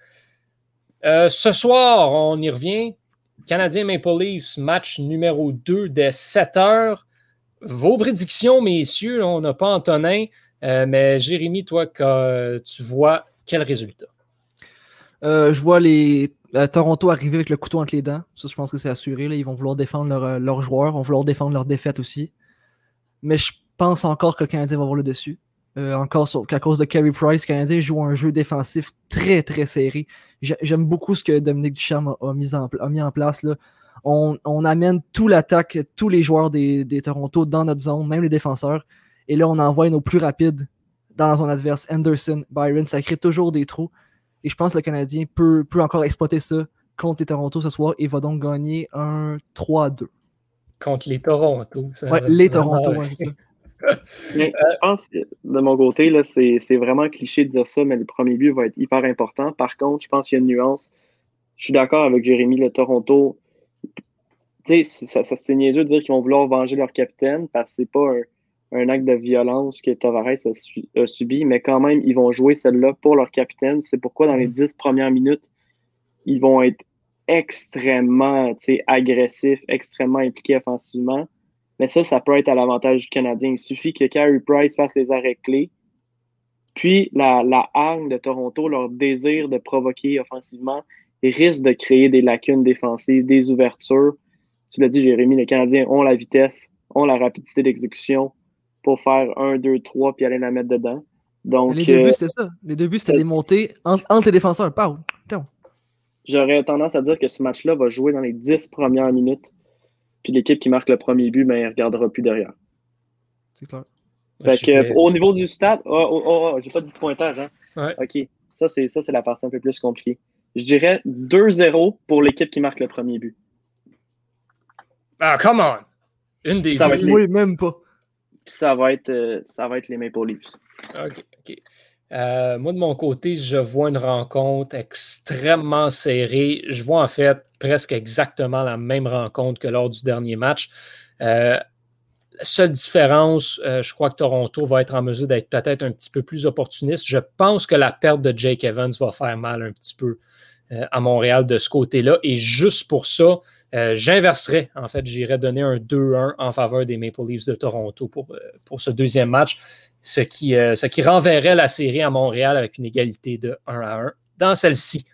Euh, ce soir, on y revient. Canadien Maple Leafs, match numéro deux dès sept heures. Vos prédictions, messieurs, on n'a pas Antonin, euh, mais Jérémy, toi, que, tu vois quel résultat? Euh, je vois les euh, Toronto arriver avec le couteau entre les dents. Ça, je pense que c'est assuré. Là. Ils vont vouloir défendre leurs leur joueurs, vont vouloir défendre leur défaite aussi. Mais je pense encore que le Canadien va avoir le dessus. Euh, encore sur, à cause de Carey Price, le Canadien joue un jeu défensif très, très serré. J'aime beaucoup ce que Dominique Ducharme a, a, mis, en, a mis en place. Là. On, on amène tout l'attaque, tous les joueurs des, des Toronto dans notre zone, même les défenseurs. Et là, on envoie nos plus rapides dans la zone adverse. Anderson, Byron, ça crée toujours des trous. Et je pense que le Canadien peut, peut encore exploiter ça contre les Toronto ce soir et va donc gagner un trois à deux. Contre les Toronto. Ça, ouais, les Toronto, ouais, c'est ça. Mais je pense que de mon côté, là, c'est, c'est vraiment cliché de dire ça, mais le premier but va être hyper important. Par contre, je pense qu'il y a une nuance. Je suis d'accord avec Jérémy, le Toronto. Tu sais, ça, ça c'est niaiseux de dire qu'ils vont vouloir venger leur capitaine parce que c'est pas un, un acte de violence que Tavares a, su, a subi, mais quand même, ils vont jouer celle-là pour leur capitaine. C'est pourquoi dans les dix premières minutes, ils vont être extrêmement agressifs, extrêmement impliqués offensivement. Mais ça, ça peut être à l'avantage du Canadien. Il suffit que Carey Price fasse les arrêts clés. Puis, la, la hargne de Toronto, leur désir de provoquer offensivement, risque de créer des lacunes défensives, des ouvertures. Tu l'as dit, Jérémy, les Canadiens ont la vitesse, ont la rapidité d'exécution pour faire un, deux, trois, puis aller la mettre dedans. Donc, les deux buts, euh, c'était ça. Les deux buts, c'était des montées entre, entre les défenseurs. Pow! J'aurais tendance à dire que ce match-là va jouer dans les dix premières minutes. Puis l'équipe qui marque le premier but, ben, elle ne regardera plus derrière. C'est clair. Fait que, vais... Au niveau du stade, oh, oh, oh, oh, j'ai pas dit de pointage. Hein? Ouais. OK. Ça c'est, ça, c'est la partie un peu plus compliquée. Je dirais deux zéro pour l'équipe qui marque le premier but. Ah, come on! Une des ça va être les... Oui, même pas. Puis ça va être, euh, ça va être les Maple Leafs. OK, OK. Euh, moi, de mon côté, je vois une rencontre extrêmement serrée. Je vois en fait presque exactement la même rencontre que lors du dernier match. Euh, la seule différence, euh, je crois que Toronto va être en mesure d'être peut-être un petit peu plus opportuniste. Je pense que la perte de Jake Evans va faire mal un petit peu euh, à Montréal de ce côté-là. Et juste pour ça, euh, j'inverserais. En fait, j'irais donner un deux un en faveur des Maple Leafs de Toronto pour, euh, pour ce deuxième match. Ce qui, euh, ce qui renverrait la série à Montréal avec une égalité de un à un dans celle-ci.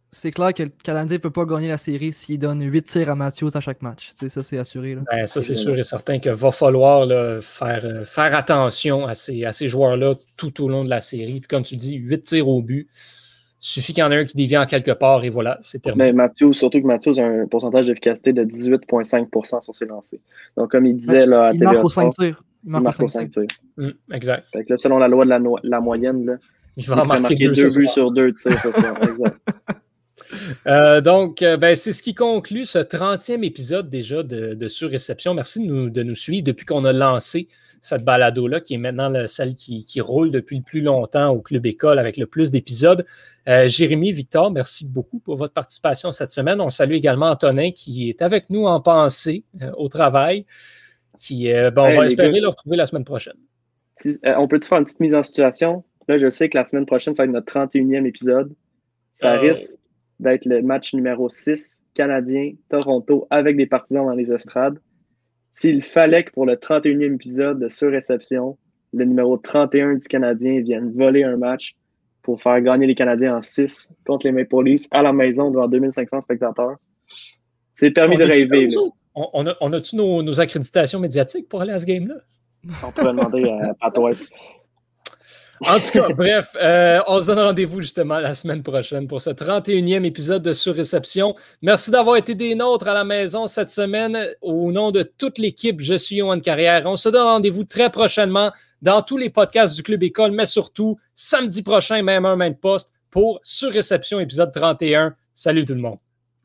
c'est clair que le Canadien ne peut pas gagner la série s'il donne huit tirs à Matthews à chaque match. T'sais, ça, c'est assuré. Là. Ben, ça, c'est sûr et certain qu'il va falloir là, faire, euh, faire attention à ces, à ces joueurs-là tout au long de la série. Puis comme tu dis, huit tirs au but. Il suffit qu'il y en ait un qui dévie en quelque part et voilà, c'est terminé. Mais Matthews, surtout que Matthews a un pourcentage d'efficacité de dix-huit virgule cinq pour cent sur ses lancers. Donc, comme il disait là, à il T V A marque aux Sport, cinq tirs. Il marque, il marque aux aux cinq tirs. Mmh, exact. Fait que là, selon la loi de la, no- la moyenne, là, il va en marquer, marquer deux, deux buts sur deux tirs. Ce soir. Exact. Euh, donc, euh, ben, c'est ce qui conclut ce trentième épisode déjà de, de Surréception. Merci de nous, de nous suivre depuis qu'on a lancé cette balado-là, qui est maintenant la, celle qui, qui roule depuis le plus longtemps au Club École avec le plus d'épisodes. Euh, Jérémy, Victor, merci beaucoup pour votre participation cette semaine. On salue également Antonin qui est avec nous en pensée euh, au travail. Qui, euh, ben, on hey, va espérer gars, le retrouver la semaine prochaine. Si, euh, on peut-tu faire une petite mise en situation? Là, je sais que la semaine prochaine, ça va être notre trente et unième épisode. Ça Euh, risque d'être le match numéro six, Canadien, Toronto, avec des partisans dans les estrades. S'il fallait que pour le trente et unième épisode de Surréception, le numéro trente et un du Canadien vienne voler un match pour faire gagner les Canadiens en six contre les Maple Leafs à la maison devant deux mille cinq cents spectateurs, c'est permis on de est-tu rêver. là, Là. On, on, a, on a-tu nos, nos accréditations médiatiques pour aller à ce game-là? On pourrait demander à Pat White. En tout cas, bref, euh, on se donne rendez-vous justement la semaine prochaine pour ce trente et unième épisode de Surréception. Merci d'avoir été des nôtres à la maison cette semaine. Au nom de toute l'équipe, je suis Yoann Carrière. On se donne rendez-vous très prochainement dans tous les podcasts du Club École, mais surtout samedi prochain, même heure, même poste, pour Surréception épisode trente et un. Salut tout le monde.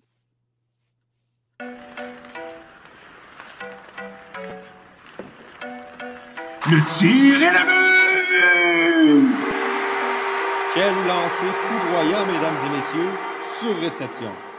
Le tir est le but! Quel lancer foudroyant, mesdames et messieurs, sur réception.